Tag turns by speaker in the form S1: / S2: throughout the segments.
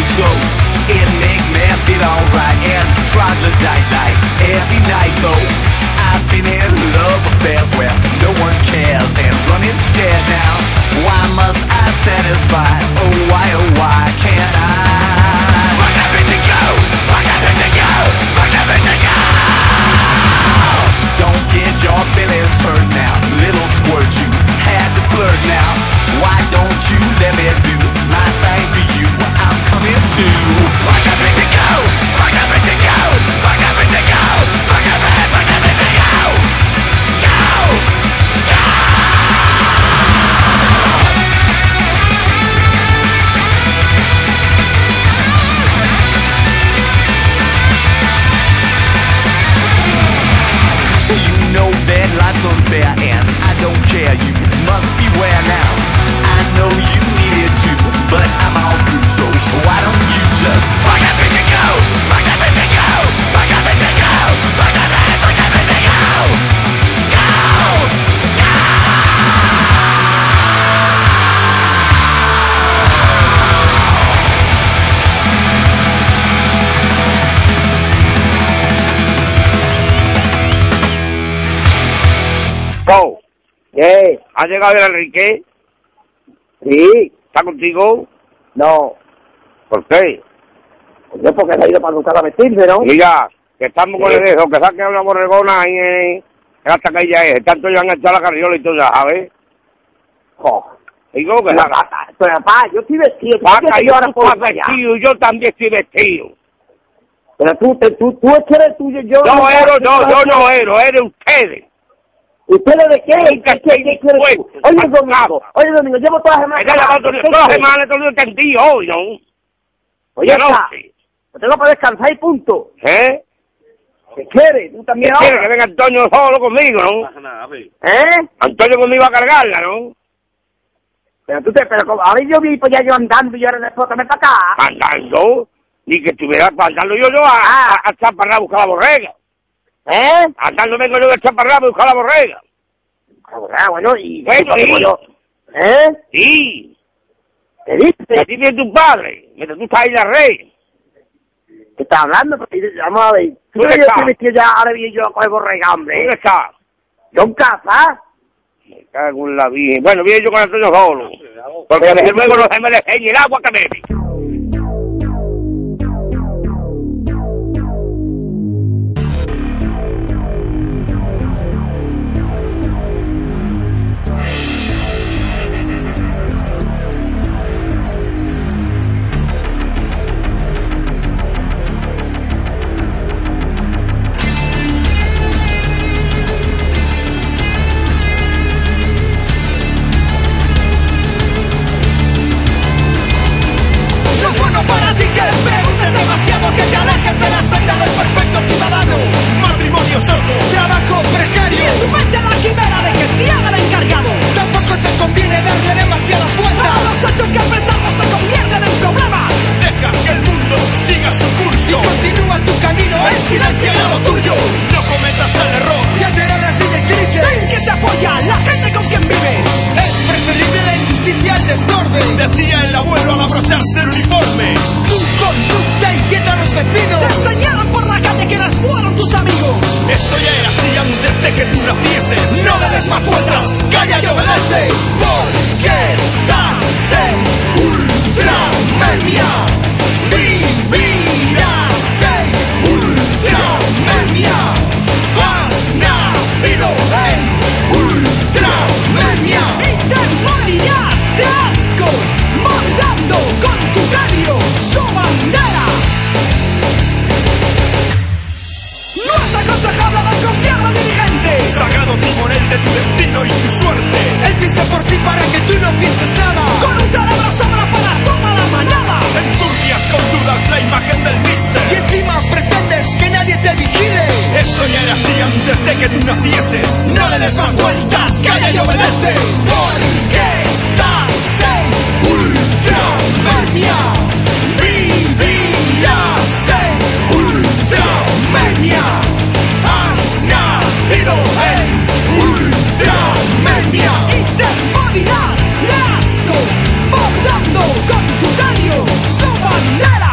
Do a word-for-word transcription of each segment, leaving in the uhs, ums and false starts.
S1: so it makes me feel alright and troglodyte like every night though. I've been in love affairs where no one cares and running scared now. Why must I satisfy? Oh why, oh why can't I? Fuck that bitch and go! Fuck that bitch and go! Fuck that bitch and go! Don't get your feelings hurt now, little squirt, you had to flirt now. Why don't you let me do my thing for you? I'm coming to. Fuck that bitch and go! Fuck that bitch and go! Fuck that bitch and go! Fuck that bitch, fuck that bitch and go! Go! Go! You know that life's unfair and I don't care, you must beware now. I know you needed to, but I'm all through, so why don't you just fuck that bitch and go! Fuck that bitch and go! Fuck that bitch and go! Fuck that bitch, fuck that bitch and go! Go! Go!
S2: Oh,
S3: ¿Qué?
S2: ¿ha llegado el Enrique?
S3: Sí.
S2: ¿Está contigo?
S3: No.
S2: ¿Por qué?
S3: Yo porque se ha ido para buscar a vestirse, ¿no?
S2: Mira, que estamos con
S3: Sí.
S2: el dejo, que saque una borregona ahí en, en hasta que ella es. Tanto ya han echado la carriola y todo, ya sabes.
S3: Jo.
S2: Digo que
S3: La
S2: saca.
S3: gata. Pero papá, yo estoy vestido. ¿tú
S2: Vaca,
S3: quieres que
S2: yo
S3: ahora
S2: tú
S3: puedo
S2: estás
S3: ir allá?
S2: vestido y yo también estoy vestido.
S3: Pero tú, te, tú, tú es que eres tuyo, yo...
S2: No, ero, no,
S3: tú-
S2: yo no ero, eres ustedes.
S3: ¿Ustedes de qué?
S2: Nunca
S3: ¿Qué, qué,
S2: estoy
S3: qué quieres tú?
S2: dispuesto.
S3: Oye, Domingo, oye, Domingo, llevo todas las semanas...
S2: Ella la va a todas las semanas, todo el tendido hoy, ¿no?
S3: Oye,
S2: Ya
S3: está.
S2: no sé.
S3: Yo tengo para descansar y punto.
S2: ¿Eh?
S3: ¿Qué quieres? Tú también
S2: ¿Qué quiere?
S3: ahora.
S2: Que venga Antonio solo conmigo, ¿no?
S3: ¿Eh?
S2: Antonio conmigo a cargarla, ¿no?
S3: Pero tú te... Pero como, ahora yo vi pues ya yo andando y ahora después también para acá.
S2: Andando, ni que estuviera andando yo, yo a, a, a Chaparrá a buscar la borrega.
S3: ¿Eh?
S2: Andando vengo yo de Chaparrá a buscar la borrega.
S3: Ah, bueno, y...
S2: Bueno,
S3: y-
S2: sí.
S3: yo- ¿Eh?
S2: Sí,
S3: ¿Qué
S2: a
S3: dices?
S2: ti viene tu padre, mientras tú estás ahí en la red.
S3: ¿Qué estás hablando? Porque, vamos a ver. ¿Tú
S2: ¿Dónde
S3: crees que yo
S2: está?
S3: estoy vestido ya? Ahora vi yo a coger borrega, hombre.
S2: ¿Dónde está?
S3: ¿Yo en casa?
S2: Me cago en la virgen. Bueno, viene yo con Antonio solo. Porque desde luego no se me deje ni el agua que bebe.
S4: No es bueno para ti que le preguntes demasiado, que te alejes de la senda del perfecto ciudadano. Matrimonio soso, trabajo precario, y en tu mente la quimera de que te haga el encargado. Tampoco te conviene darle demasiadas vueltas a los hechos que al pensarlos se convierten en problemas. Deja que el mundo siga su curso y continúa tu camino en silencio y a lo tuyo. No cometas el error y alterarás de clique. ¿En qué se apoya la gente con quien vives? Es preferible la injusticia al desorden, decía el abuelo al abrocharse el uniforme. Tu conducta inquieta a los vecinos. Te enseñaron por la calle quiénes fueron tus amigos. Esto ya era así antes de que tú nacieses. No le des más vueltas, calla y obedece. Porque estás en Ultramemia. Vivirás en Ultramemia. Has nacido en Ultramemia. Y te morirás de asco, bordando con tu radio su bandera. No es aconsejable desconfiar al dirigente. Sagrado timonel de tu destino y tu suerte. Él piensa por ti para que tú no pienses nada. Con un cerebro sobra para toda la manada. Enturbias con dudas la imagen del mister. Y encima pretendes que nadie te vigile. Esto ya era así antes de que tú nacieses. No le des más vueltas, calla y obedece. Porque estás en Ultramemia. Vivirás en Ultramemia. Has nacido en Ultramemia. Y te morirás de asco, bordando con tu daño su bandera.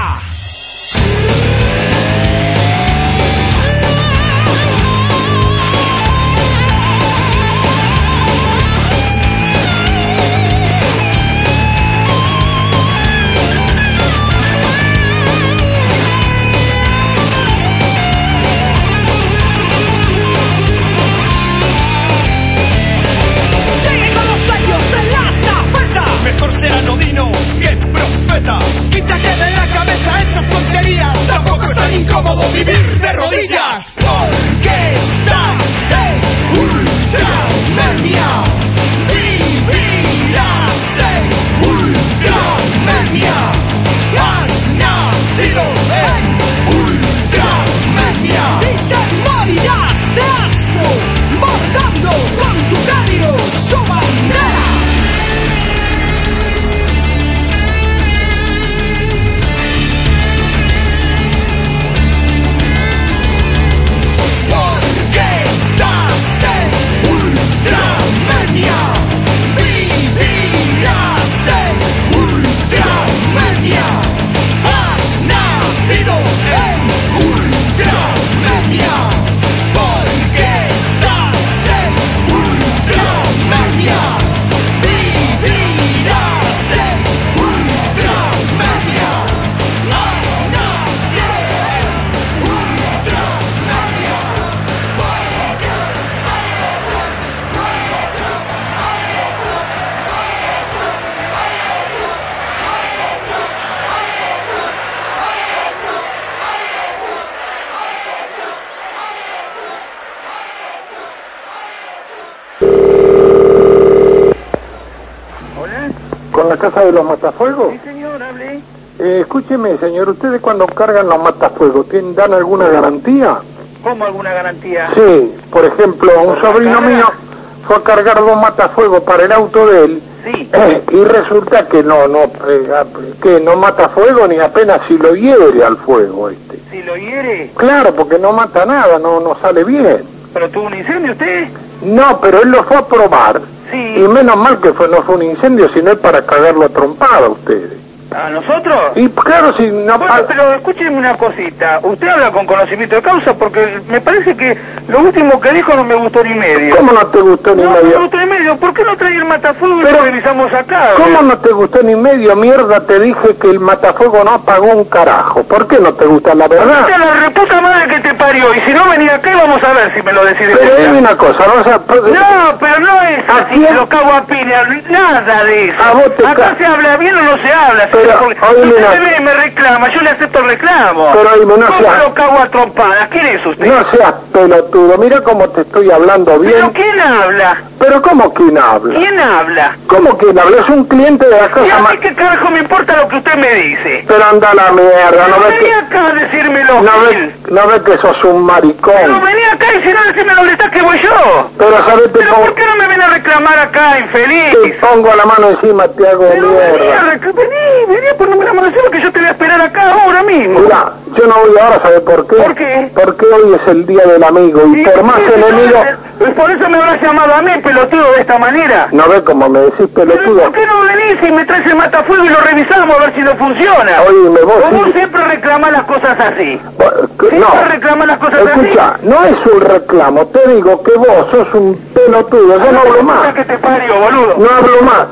S5: con la casa de los matafuegos?
S2: Sí, señor, hable.
S5: Eh, escúcheme, señor, ¿ustedes cuando cargan los matafuegos ¿tienen, dan alguna garantía?
S2: ¿Cómo alguna garantía?
S5: Sí, por ejemplo, un
S2: ¿Por la
S5: sobrino
S2: carga?
S5: mío fue a cargar dos matafuegos para el auto de él.
S2: Sí.
S5: Eh, y resulta que no, no, eh, que no mata fuego ni apenas si lo hiere al fuego este.
S2: ¿Si lo hiere?
S5: Claro, porque no mata nada, no, no sale bien.
S2: ¿Pero tuvo un incendio usted?
S5: No, pero él lo fue a probar.
S2: Sí.
S5: Y menos mal que fue, no fue un incendio, sino es para cagarlo a trompada a ustedes.
S2: ¿A nosotros?
S5: Y claro, si no...
S2: Bueno, pero escúcheme una cosita. Usted habla con conocimiento de causa porque me parece que lo último que dijo no me gustó ni medio.
S5: ¿Cómo no te gustó ni
S2: No, no
S5: medio?
S2: me gustó ni medio. ¿Por qué no trae el matafuego y
S5: Pero,
S2: lo revisamos acá?
S5: ¿Cómo no te gustó ni medio? Mierda, te dije que el matafuego no apagó un carajo. ¿Por qué no te gusta la verdad?
S2: Esta es la reputa madre que te parió. Y si no venía acá, vamos a ver si me lo decides.
S5: Pero dime una cosa, ¿no? O sea,
S2: No, pero no es
S5: ¿A
S2: así,
S5: quién?
S2: lo cago a piña, nada de eso.
S5: A vos te
S2: Acá
S5: ca-
S2: se habla bien o no se habla.
S5: Pero,
S2: señor, porque
S5: oíme
S2: usted
S5: una-
S2: me ve y me reclama, yo le acepto el reclamo.
S5: Pero, oíme, no
S2: ¿Cómo
S5: sea-
S2: lo cago a trompadas? ¿Quién es usted?
S5: No seas pelotudo, mira cómo te estoy hablando bien.
S2: ¿Pero quién habla?
S5: ¿Pero cómo quién habla?
S2: ¿Quién habla?
S5: ¿Cómo quién habla? Es un cliente de la
S2: ¿Y
S5: casa
S2: a
S5: más...
S2: mí qué carajo me importa lo que usted me dice?
S5: Pero anda a la mierda, ¿no
S2: No
S5: ves
S2: venía
S5: que...
S2: acá a decírmelo,
S5: No
S2: Gil.
S5: ves, no ves que sos un maricón?
S2: Pero venía acá y si no decime dónde está que voy yo.
S5: Pero sabes, te
S2: ¿Pero
S5: pongo,
S2: por qué no me ven a reclamar acá,
S5: te
S2: infeliz?
S5: pongo la mano encima, te hago
S2: Pero vení, a
S5: mierda.
S2: rec- vení, vení a ponerme la mano encima que yo te voy a esperar acá ahora mismo.
S5: Mira, yo no voy ahora, ¿sabes por qué?
S2: ¿Por qué?
S5: Porque hoy es el día del amigo y
S2: Sí,
S5: por más
S2: sí, sí,
S5: enemigo...
S2: sí, por eso me habrás llamado a mí, pelotudo, de esta manera.
S5: ¿No ves cómo me decís
S2: Pero
S5: pelotudo?
S2: ¿por qué no venís y me traes el matafuego y lo revisamos a ver si no funciona?
S5: Oíme, vos
S2: O vos
S5: sí...
S2: siempre reclamás las cosas así.
S5: vos- que-
S2: Siempre
S5: No,
S2: reclamás las cosas
S5: escucha, no es un reclamo, te digo que vos sos un pelotudo, yo no hablo
S2: así.
S5: más,
S2: que te parió, boludo.
S5: no hablo más.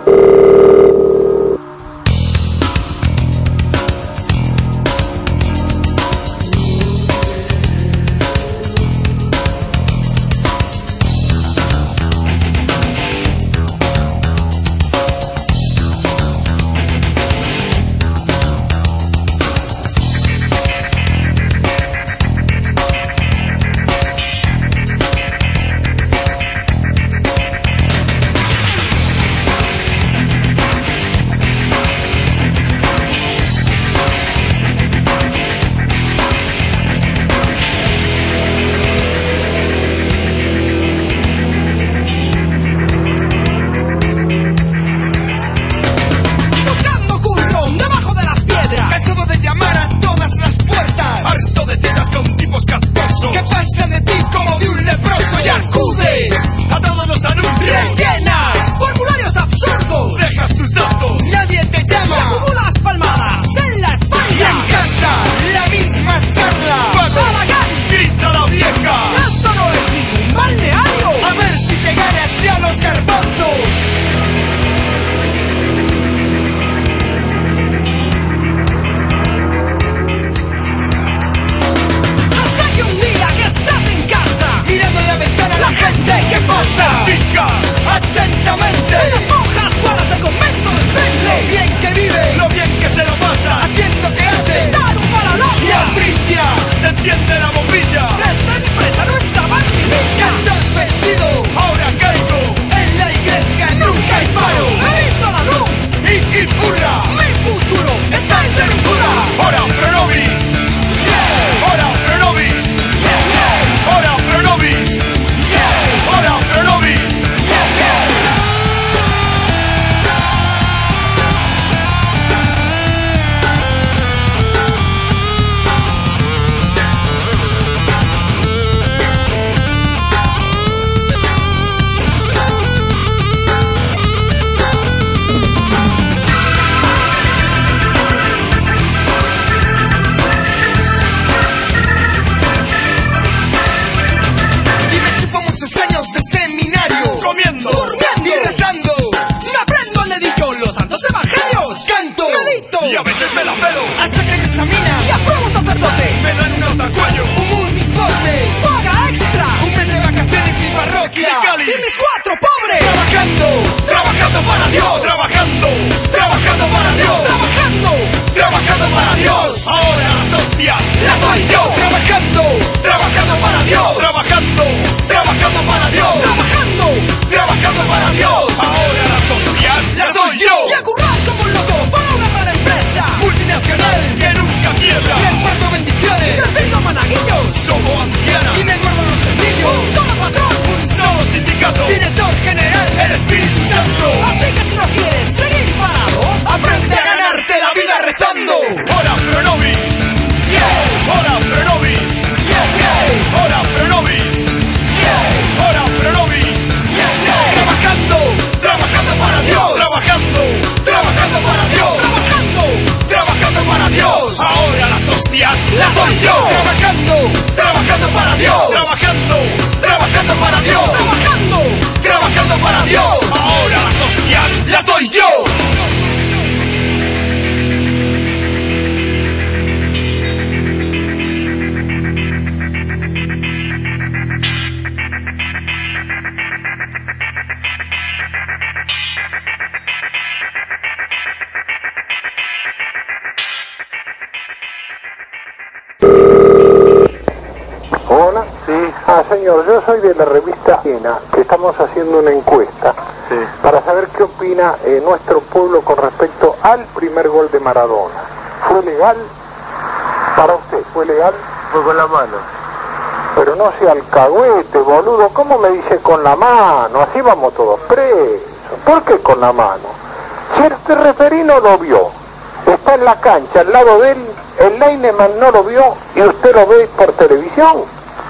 S4: Buscando curro debajo de las piedras. Cansado de llamar a todas las puertas. Harto de citas con tipos casposos que pasan de ti como de un leproso. Y acudes a todos los anuncios. Rellenas formularios absurdos. Dejas tus datos. Nadie te llama. Y acumulas palmadas en la espalda. Y en casa la misma charla. Balagán, grita la vieja. Esto no es ningún balneario. A ver si te ganas ya los garbanzos. Hasta que un día que estás en casa, mirando en la ventana la gente que pasa, fijas atentamente en las monjas guaras del convento del frente. Lo bien que vive, lo bien que se lo pasa, haciendo que hace sin dar un palo al agua. Y Patricia, se enciende la bombilla. Esta empresa no estaba en mi lista. Entorpecido, ahora caigo en la iglesia, nunca hay paro. He visto la luz y, y hurra, mi futuro está en ser un cura. Ora pro nobis. Ora pro nobis. Ora pro nobis. Ora pro nobis. Y me chupo muchos años de seminario, comiendo, durmiendo y rezando. Me aprendo el dedillo, los santos evangelios, canto, medito y a veces me la pelo hasta que me examina y apruebo sacerdote. Me dan un alzacuello, un uniforme, paga extra, un mes de vacaciones mi parroquia y mis cuatro pobres. Trabajando, trabajando para Dios, trabajando, trabajando para Dios, trabajando, trabajando para Dios. Ahora las hostias las doy yo, trabajando, trabajando para Dios, trabajando, trabajando para Dios, trabajando, trabajando para Dios. Ahora las hostias las doy yo. Y a currar
S5: señor, yo soy de la revista Ena, que estamos haciendo una encuesta sí. para saber qué opina eh, nuestro pueblo con respecto al primer gol de Maradona. ¿Fue legal? Para usted, ¿fue legal?
S6: Fue con la mano.
S5: Pero no sea alcahuete, boludo, ¿cómo me dice con la mano? Así vamos todos presos. ¿Por qué con la mano? Si el referí no lo vio, está en la cancha al lado de él, el lineman no lo vio y usted lo ve por televisión.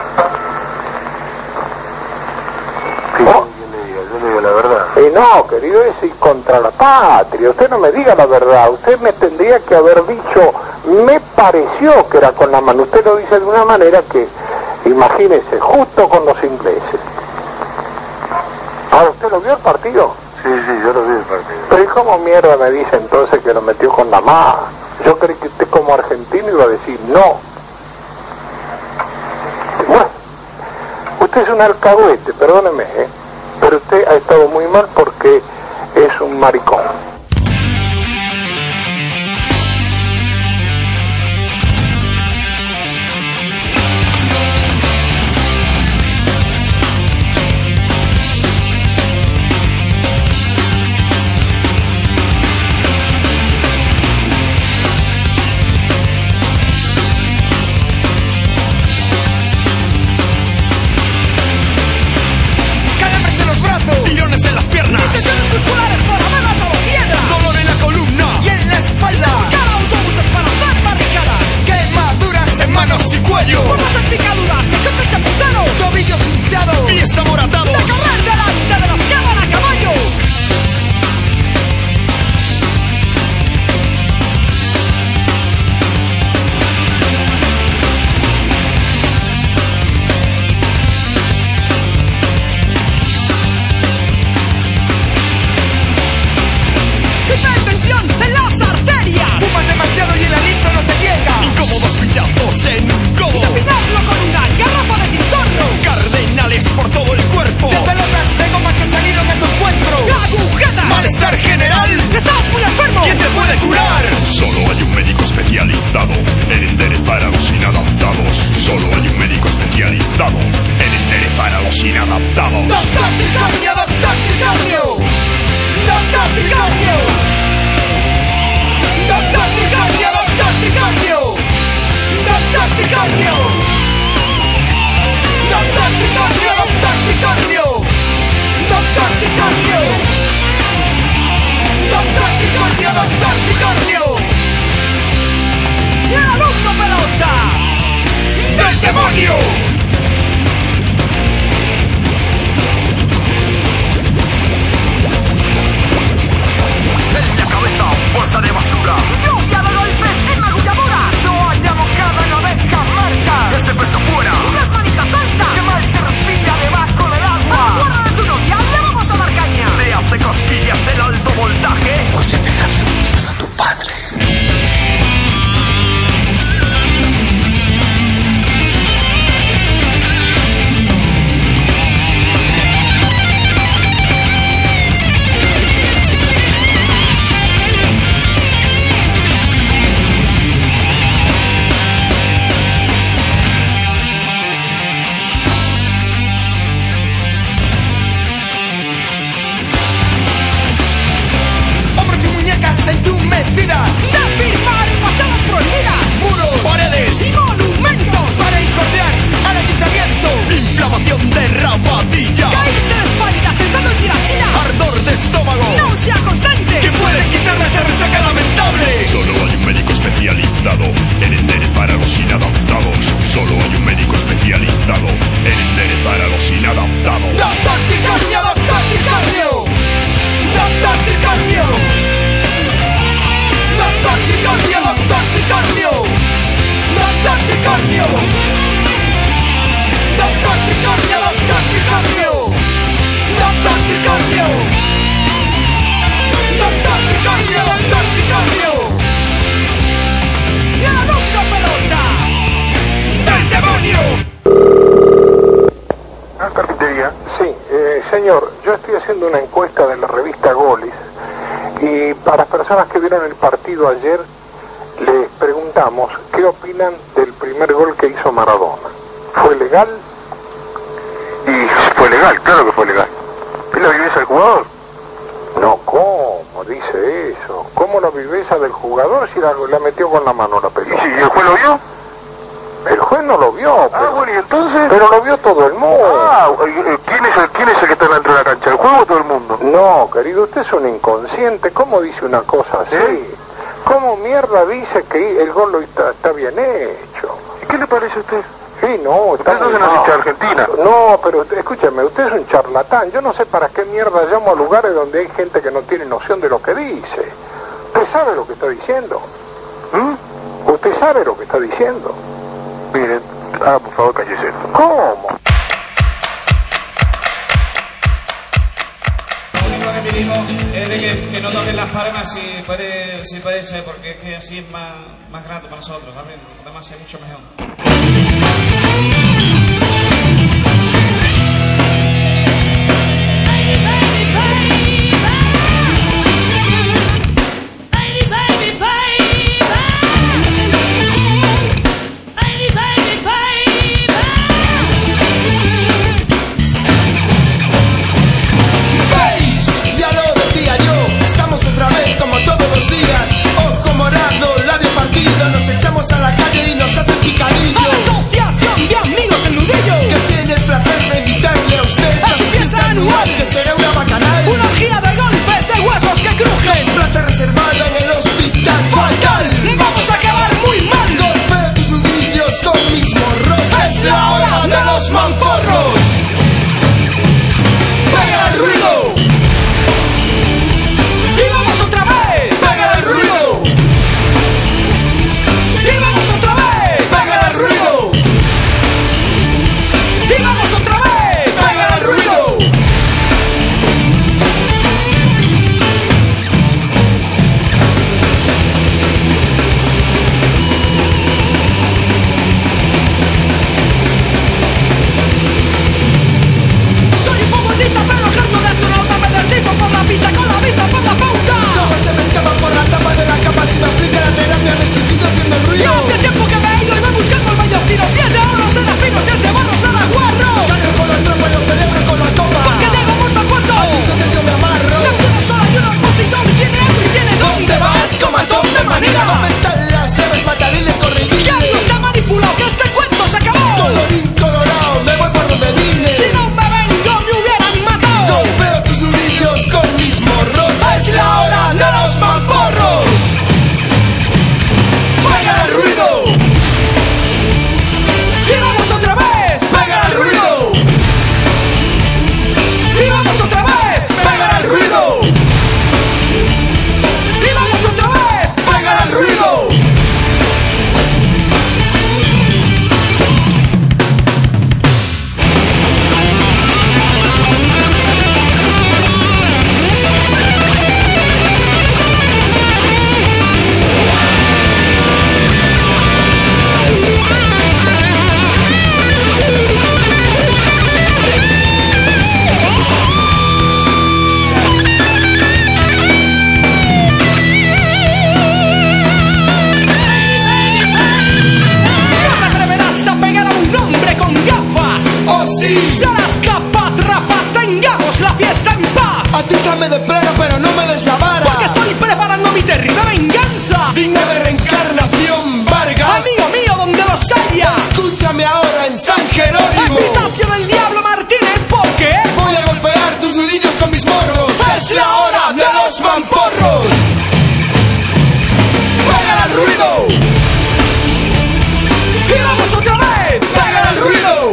S6: Sí, ¿no? Yo le digo, yo le digo la verdad.
S5: Y no, querido, es ir contra la patria. Usted no me diga la verdad. Usted me tendría que haber dicho, me pareció que era con la mano. Usted lo dice de una manera que, imagínese, justo con los ingleses. Ahora, ¿usted lo vio el partido?
S6: Sí, sí, yo lo vi el partido.
S5: Pero ¿y cómo mierda me dice entonces que lo metió con la mano? Yo creí que usted como argentino iba a decir no. Bueno, usted es un alcahuete, perdóneme, ¿eh? Pero usted ha estado muy mal porque es un maricón.
S4: Tirones en las piernas, distensiones musculares por haber atado piedra, dolor en la columna y en la espalda, cada autobuses para hacer barricadas, quemaduras en manos y cuello, por las picaduras, pechote chapucero, tobillos hinchados, pies amoratados, de correr delante de los que van a caballo. Hipertensión en las arterias. Fumas demasiado y el aliento no te llega. Incómodos pinchazos en un codo. Y terminarlo con una garrafa de tintorro. Cardenales por todo el cuerpo. De pelotas de goma que salieron a tu encuentro. Agujetas. Malestar general. Estás muy enfermo. ¿Quién te puede curar?
S7: Solo hay un médico especializado en enderezar a los inadaptados. Solo hay un médico especializado en enderezar a los inadaptados.
S4: Doctor Tricornio, Doctor Tricornio. Doctor Tricornio. Doctor Tricornio, Doctor Tricornio. Doctor Tricornio. Doctor Tricornio, Doctor Tricornio. Doctor Tricornio. Doctor Tricornio, Doctor Tricornio. Y el alumno pelota del demonio.
S1: En la cabeza, bolsa de basura.
S4: Lluvia de golpes sin magulladuras.
S1: Toalla mojada no deja marcas. Ese pecho fuera.
S4: Las manitas altas.
S1: Que mal se respira debajo del
S4: A la
S1: agua.
S4: guarda de tu novia le vamos a dar caña.
S1: Te hace cosquillas el alto voltaje.
S7: Voy a pegarle un tiro a tu padre.
S4: Hombros y muñecas entumecidas. De firmar fachadas prohibidas. Muros,
S1: Paredes
S4: y monumentos.
S1: para incordiar al ayuntamiento. Inflamación de rabadilla.
S4: Caíste de espaldas pensando en tirachina.
S1: Ardor de estómago.
S4: Náusea constante.
S1: Que puede quitarme esta resaca lamentable.
S7: Solo hay un médico especializado en enderezar a los inadaptados. Solo hay un médico especializado en enderezar a los inadaptados.
S4: Doctor Tricornio, Doctor Tricornio. Doctor Tricornio. Doctor Tricornio, Doctor Tricornio. Doctor Tricornio. Doctor Tricornio, Doctor Tricornio. Doctor Tricornio. Doctor Tricornio, Doctor Tricornio. Y el alumno pelota del demonio.
S5: ¿Ah, carpintería? Sí, eh, señor, yo estoy haciendo una encuesta de la revista Goles y para las personas que vieron el partido ayer les preguntamos qué opinan del primer gol que hizo Maradona. ¿Fue legal?
S6: fue legal, claro que fue legal. ¿Es la viveza del jugador?
S5: No, ¿cómo dice eso? ¿Cómo la viveza del jugador si la, la metió con la mano la pelota?
S6: ¿Y el juez lo vio?
S5: El juez no lo vio, pero,
S6: Ah, bueno, ¿y entonces?
S5: pero lo vio todo el mundo.
S6: Ah, ¿quién es, el, ¿quién es el que está dentro de la cancha? ¿El juego o todo el mundo?
S5: No, querido, usted es un inconsciente. ¿Cómo dice una cosa así?
S6: ¿Eh?
S5: ¿Cómo mierda dice que el gol lo está, está bien hecho?
S6: ¿Y qué le parece a usted?
S5: Sí, no, está
S6: Usted no
S5: muy
S6: es una
S5: mal.
S6: hincha argentina.
S5: No, pero escúcheme, usted es un charlatán. Yo no sé para qué mierda llamo a lugares donde hay gente que no tiene noción de lo que dice. ¿Usted sabe lo que está diciendo? ¿Mm? ¿Usted sabe lo que está diciendo?
S6: Miren, ah, por favor, cállese.
S5: ¿Cómo?
S8: Lo único que pedimos es de que, que no toquen las palmas si puede, si puede ser, porque es que así es más, más grato para nosotros, ¿sabes? Además es mucho mejor.
S4: Ya lo decía yo, estamos otra vez como todos los días. Ojo morado, labio partido, nos echamos a la calle y nos hacen picadillo.
S8: Asociación de amigos del nudillo,
S4: Que tiene el placer de invitarle a usted a su fiesta anual, que será una bacanal.
S8: una gira de golpes de huesos que crujen.
S4: Plaza reservada en el hospital fatal.
S8: Vamos a acabar muy mal.
S4: Golpea tus nudillos con mis morros. Es la hora de los mamporros. Pega el ruido.
S8: Y vamos otra vez.
S4: Pega el ruido.
S8: Y vamos otra vez.
S4: Pega el ruido.
S8: Y vamos otra vez.
S4: Pega el ruido.
S8: Soy un futbolista pero ejerzo de astronauta. Me deslizo por la pista con la vista por la pauta.
S4: Todo se me escapa por la tapa de la capa. Si me aplica la terapia me siento haciendo el
S8: Y
S4: ruido.
S8: hace tiempo que me he ido y voy buscando el mallorquino. Si es de oro será fino, si es de barro será guarro.
S4: Cargo con la trompa y lo celebro con la copa.
S8: Porque llego muerto a puerto.
S4: Dice que yo me amarro.
S8: No tiene solo hay un opositor. Tiene algo y tiene
S4: ¿Dónde vas, comatón de manera? ¿Dónde están las llaves, matarile,
S8: Ya
S4: corridile?
S8: no está manipulado, que este cuento se acabó.
S4: Colorín colorado, me voy por donde vine.
S8: Si no me vengo me hubieran matado.
S4: Golpeo tus nudillos con mis morros. Es la hora de los mamporros. Pega el ruido.
S8: Y vamos otra vez.
S4: Pega el ruido.
S8: Y vamos otra vez.
S4: Pega el ruido.
S8: Y vamos otra vez.
S4: Pega el ruido.
S8: No te atreverás a pegar a un hombre con gafas.
S4: Oh sí.
S8: Serás capaz, rapaz, tengamos la fiesta en paz.
S4: A ti dame de pleno pero no me des la vara.
S8: Porque estoy preparando mi terrible venganza.
S4: Digna de reencarnación, Vargas.
S8: Amigo mío, donde los haya.
S4: Escúchame ahora en San Jerónimo.
S8: Epitafio del Diablo Martínez, porque
S4: Voy a golpear tus nudillos con mis morros. Es la hora de los mamporros. Pega el ruido.
S8: y vamos otra vez.
S4: Pega el ruido.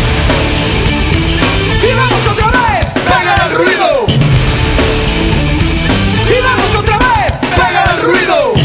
S8: Y vamos otra vez.
S4: Pega el ruido.
S8: Y vamos otra vez.
S4: Pega el ruido.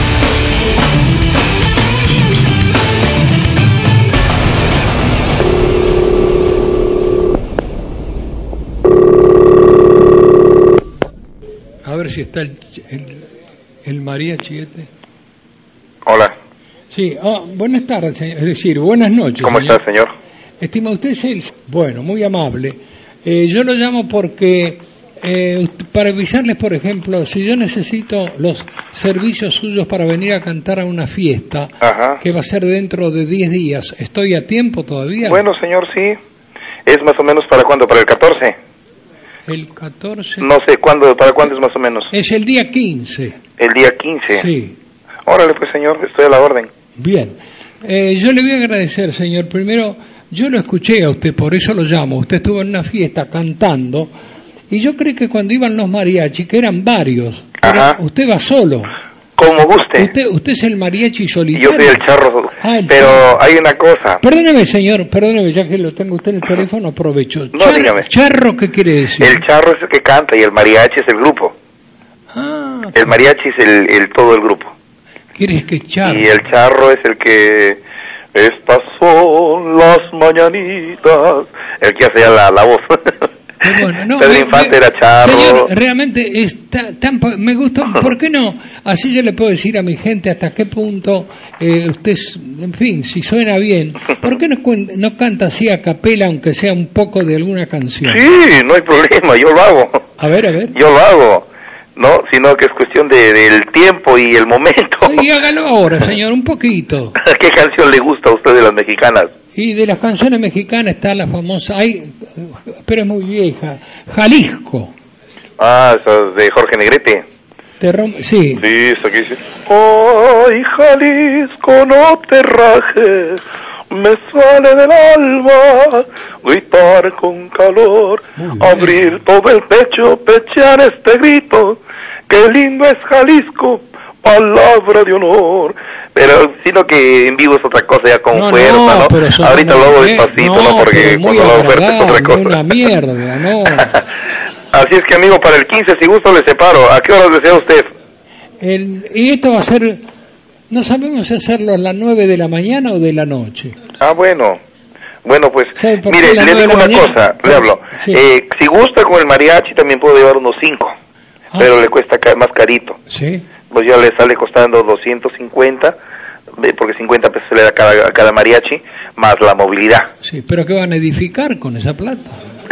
S9: A ver si está el, el, el mariachi este.
S6: Hola,
S9: Sí, ah, buenas tardes, señor. Es decir, buenas noches.
S6: ¿cómo
S9: señor.
S6: está, señor?
S9: Estima, usted es el... Bueno, muy amable. Eh, yo lo llamo porque, eh, para avisarles, por ejemplo, si yo necesito los servicios suyos para venir a cantar a una fiesta,
S6: Ajá.
S9: que va a ser dentro de diez días, ¿estoy a tiempo todavía?
S6: Bueno, señor, sí.
S10: ¿Es más o menos para cuándo? ¿Para el catorce?
S9: El catorce.
S10: No sé, ¿cuándo, ¿para cuándo es más o menos?
S9: Es el día quince.
S10: El día quince.
S9: Sí.
S10: Órale, pues, señor, estoy a la orden.
S9: Bien. Eh, yo le voy a agradecer, señor. Primero, yo lo escuché a usted, por eso lo llamo. Usted estuvo en una fiesta cantando y yo creí que cuando iban los mariachi, que eran varios, pero usted va solo.
S10: Como guste.
S9: Usted, usted es el mariachi solitario.
S10: Yo soy el charro,
S9: ah, el
S10: pero
S9: charro.
S10: Hay una cosa.
S9: Perdóneme, señor, perdóneme, ya que lo tengo usted en el teléfono, aprovecho.
S10: No,
S9: Char,
S10: dígame.
S9: ¿Charro qué quiere decir?
S10: El charro es el que canta y el mariachi es el grupo.
S9: Ah,
S10: el mariachi es el, el todo el grupo.
S9: ¿Quieres que charro?
S10: Y el charro es el que... Estas son las mañanitas. El que hace la, la voz.
S9: Bueno, no,
S10: Pedro
S9: me,
S10: Infante
S9: me,
S10: era charro.
S9: Señor, realmente está tan, me gustó. ¿Por qué no? Así yo le puedo decir a mi gente hasta qué punto eh, usted, en fin, si suena bien. ¿Por qué no, no canta así a capela, aunque sea un poco de alguna canción?
S10: Sí, no hay problema, yo lo hago.
S9: A ver, a ver.
S10: Yo lo hago, ¿no? Sino que es cuestión de, del tiempo y el momento.
S9: Y hágalo ahora, señor, un poquito.
S10: ¿Qué canción le gusta a usted de las mexicanas?
S9: Y de las canciones mexicanas está la famosa, hay, pero es muy vieja, Jalisco.
S10: Ah, esa es de Jorge Negrete.
S9: Te rom sí.
S10: Sí, esa que dice, ay, Jalisco, no te rajes, me sale del alma gritar con calor, abrir todo el pecho, pechear este grito, qué lindo es Jalisco, palabra de honor. Pero sino que en vivo es otra cosa, ya con
S9: no,
S10: fuerza, ¿no?
S9: ¿no? Pero
S10: ahorita lo hago despacito, ¿no?
S9: no
S10: Porque cuando lo hago fuerte es otra cosa.
S9: Una mierda, ¿no?
S10: Así es que, amigo, para el quince, si gusta, le separo. ¿A qué horas desea usted?
S9: El, y esto va a ser, no sabemos si hacerlo a las nueve de la mañana o de la noche.
S10: Ah, bueno. Bueno, pues, mire, le digo una
S9: mañana?
S10: cosa, le hablo.
S9: Sí.
S10: Eh, si gusta con el mariachi, también puedo llevar unos cinco, ah. pero le cuesta más carito.
S9: Sí.
S10: Pues ya le sale costando doscientos cincuenta, porque cincuenta pesos le da a cada, a cada mariachi, más la movilidad.
S9: Sí, pero ¿qué van a edificar con esa plata?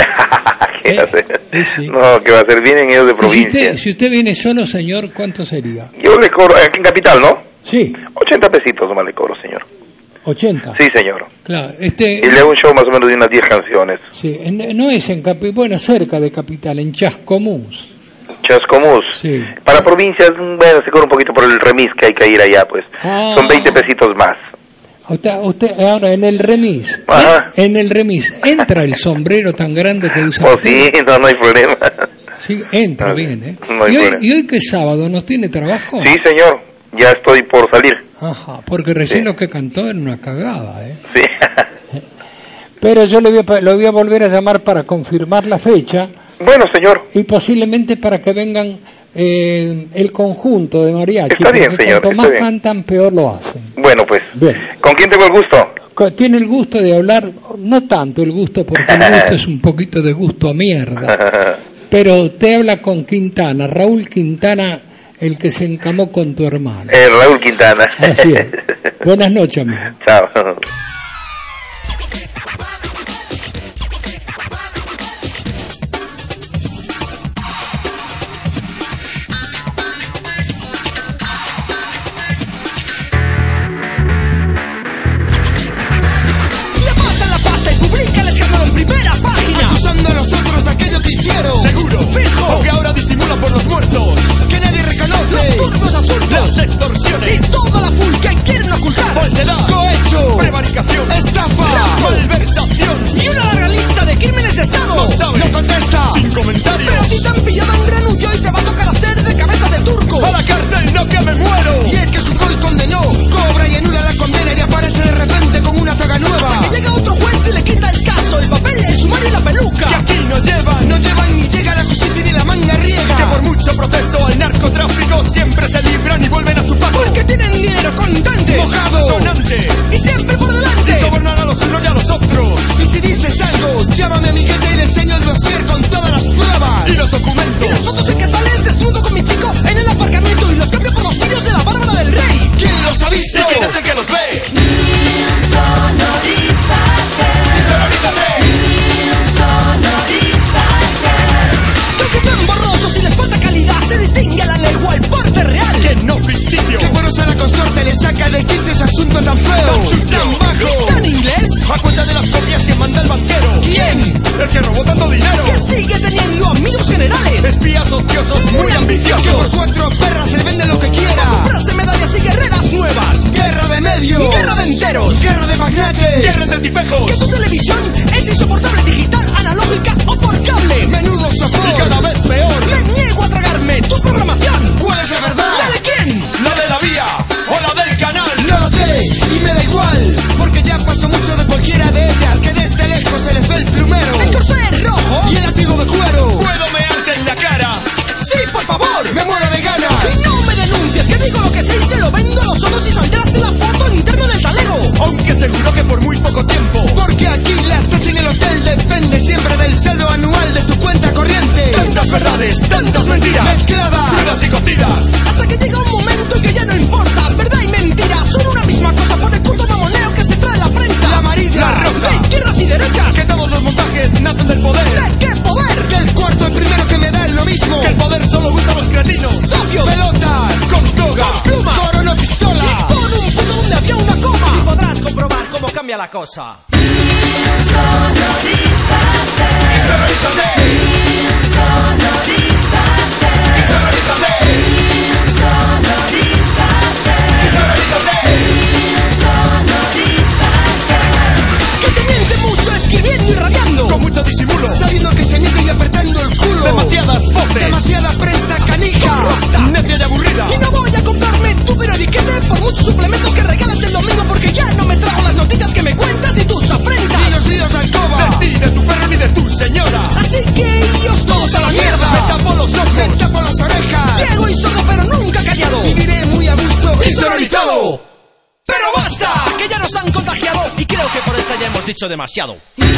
S10: ¿Qué
S9: ¿Eh?
S10: hacer?
S9: Sí, sí.
S10: No, que va a ser, vienen ellos de provincia.
S9: Si usted, si usted viene solo, señor, ¿cuánto sería?
S10: Yo le cobro, aquí en Capital, ¿no?
S9: Sí.
S10: ochenta pesitos nomás le cobro, señor.
S9: ¿ochenta?
S10: Sí, señor.
S9: Claro, este...
S10: Y le hago un show más o menos de unas diez canciones.
S9: Sí, en, no es en Capital, bueno, cerca de Capital, en Chascomús.
S10: Chascomús.
S9: Sí.
S10: Para provincias, bueno, se cobra un poquito por el remis que hay que ir allá, pues.
S9: Ah.
S10: Son veinte pesitos más.
S9: Usted, usted ahora en el remis,
S10: Ajá.
S9: en el remis, ¿entra el sombrero tan grande que usa
S10: Oh,
S9: usted?
S10: sí, no, no hay problema.
S9: Sí, entra
S10: no,
S9: bien, ¿eh?
S10: No hay
S9: ¿Y, hoy,
S10: problema.
S9: ¿Y hoy que es sábado no tiene trabajo?
S10: Sí, señor, ya estoy por salir.
S9: Ajá, porque recién
S10: Sí.
S9: lo que cantó era una cagada, ¿eh?
S10: Sí.
S9: Pero yo le voy, a, lo voy a volver a llamar para confirmar la fecha.
S10: Bueno, señor.
S9: Y posiblemente para que vengan eh, el conjunto de mariachi.
S10: Está bien,
S9: porque
S10: señor,
S9: cuanto
S10: está
S9: más
S10: bien.
S9: cantan, peor lo hacen.
S10: Bueno, pues.
S9: Bien.
S10: ¿Con quién tengo el gusto?
S9: Co- Tiene el gusto de hablar, no tanto el gusto, porque el gusto es un poquito de gusto a mierda. Pero te habla con Quintana, Raúl Quintana, el que se encamó con tu hermano.
S10: Eh, Raúl Quintana.
S9: Así es. Buenas noches, amigo.
S10: Chao.
S4: La pasa la pasta y publica el escándalo en primera página. Acusando a nosotros de aquello que hicieron. Seguro, fijo, aunque ahora disimulan por los muertos que nadie reconoce. Los turnos absurdos, las extorsiones y toda la full que quieren ocultar. Falsedad, cohecho, prevaricación. medios. Por cuatro perras se le vende lo que quiera. Comprarse medallas y guerreras nuevas. Guerra de medios. Guerra de enteros. Guerra de magnates. Guerra de tipejos. Que tu televisión es insoportable, digital, analógica o por cable. Menudo sopor. Y cada vez peor. Me niego a tragarme tu programación. ¿Cuál es la verdad? ¿La de quién?
S11: ¿La de la vía o la del canal?
S4: No lo sé y me da igual, porque ya pasó mucho de cualquiera de ellas, que desde lejos se les ve el plumero, el corsair rojo y el látigo de cuero.
S11: ¿Puedo mearte en la cara?
S4: Sí, por favor, me muero de ganas. Y no me denuncies, que digo lo que sé y se lo vendo a los ojos y saldrás en la foto interno del talego.
S11: Aunque seguro que por muy poco tiempo,
S4: porque aquí la estancia en el hotel depende siempre del saldo anual de tu cuenta corriente.
S11: Tantas verdades, tantas mentiras,
S4: mezcladas,
S11: crudas y cocidas,
S4: hasta que llega un momento en que ya no importa, verdad y mentira son una misma cosa por el puto mamoneo que se trae la prensa. La amarilla,
S11: la roja,
S4: de izquierdas y derechas,
S11: que todos los montajes nacen del poder.
S4: ¿De qué poder?
S11: Que el cuarto el primero que me da es lo mismo, que el poder solo gusta a los cretinos,
S4: socios,
S11: pelotas, con toga,
S4: con pluma,
S11: corona pistola,
S4: y con un puto donde había una coma.
S11: Y podrás comprobar cómo cambia la cosa.
S4: Que se miente mucho escribiendo y radiando,
S11: con mucho disimulo,
S4: sabiendo que se niega y apretando el culo.
S11: Demasiadas voces,
S4: demasiada prensa canija,
S11: corrupta, necia y aburrida.
S4: Y no voy a comprarme tu periodiquete por muchos suplementos que regalas el domingo, porque ya no me trago las noticias que me cuentas ni tus afrentas.
S11: Ni los líos alcoba, de ti, de tu perro ni de tu señora.
S4: Así que iros todos a la mierda.
S11: Me tapo los ojos,
S4: me tapo las orejas. Ciego y sordo pero nunca callado. Viviré muy a gusto
S11: y sonorizado.
S4: ¡Pero basta!
S11: Que ya nos han contagiado y creo que por esta ya hemos dicho demasiado.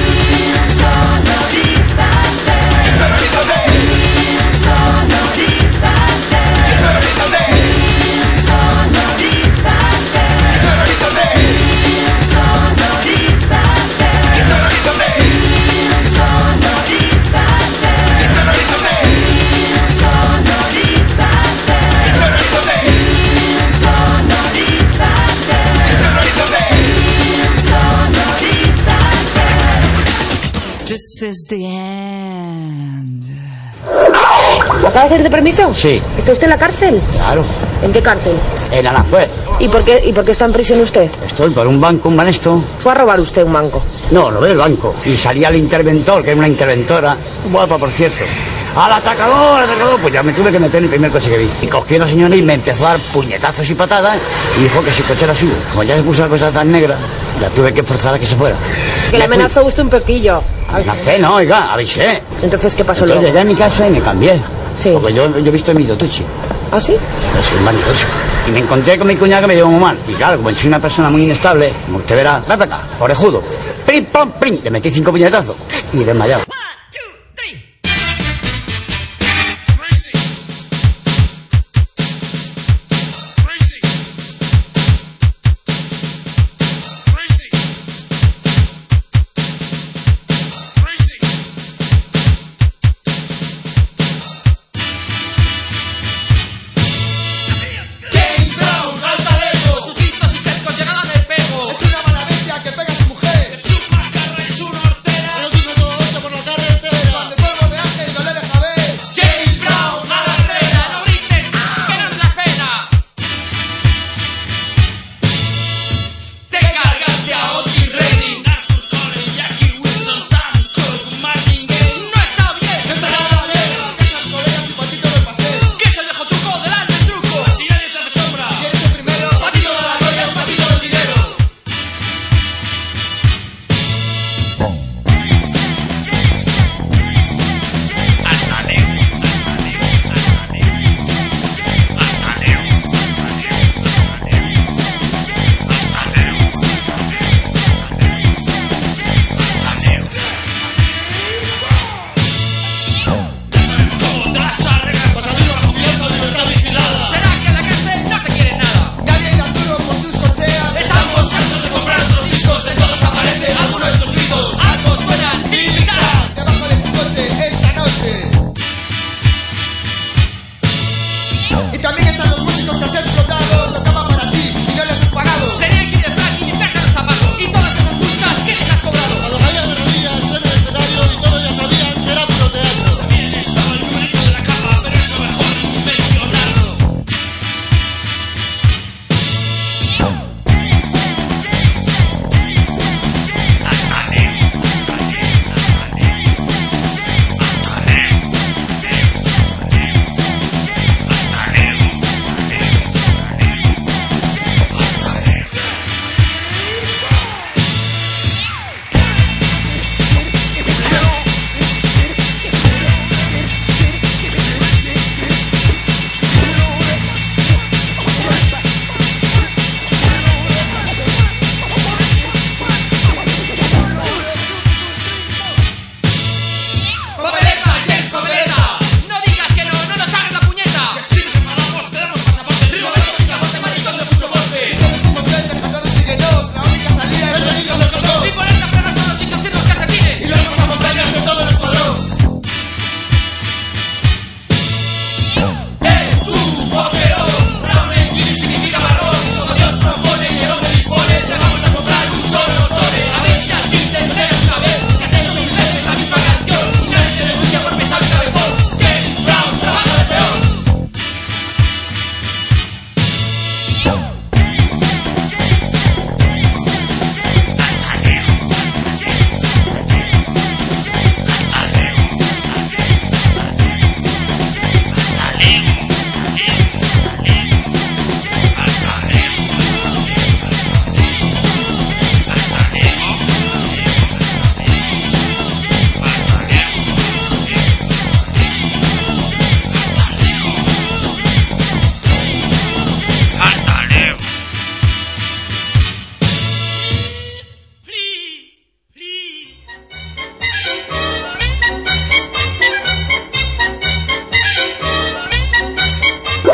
S4: This is the end.
S12: ¿Acaba de salir de permiso?
S13: Sí.
S12: ¿Está usted en la cárcel?
S13: Claro.
S12: ¿En qué cárcel?
S13: En Aranjuez.
S12: ¿Y por qué, y por qué está en prisión usted?
S13: Estoy por un banco, un manesto.
S12: ¿Fue a robar usted un banco?
S13: No, lo ve el banco. Y salía el interventor, que era una interventora, guapa por cierto. ¡Al atacador, al atacador! Pues ya me tuve que meter en el primer coche que vi. Y cogí a la señora y me empezó a dar puñetazos y patadas y dijo que su coche era suyo. Como ya se puso la cosa tan negra, la tuve que forzar a que se fuera.
S12: Que le amenazó usted un poquillo.
S13: Amenacé, no, oiga, avisé.
S12: Entonces, ¿qué pasó
S13: Entonces,
S12: luego?
S13: llegué a mi casa y me cambié.
S12: Sí.
S13: Porque yo, yo he visto mi Dotucci.
S12: ¿Ah, sí?
S13: Yo soy un vanidoso. Y me encontré con mi cuñada que me llevó muy mal. Y claro, como soy una persona muy inestable, como usted verá, ven para acá, orejudo. Prim, pam, prim. Le metí cinco puñetazos y desmayado.
S4: Es una mala bestia que pega a su mujer. Es un mascarra, es un hortera. Pero tú no todo esto por la tarde.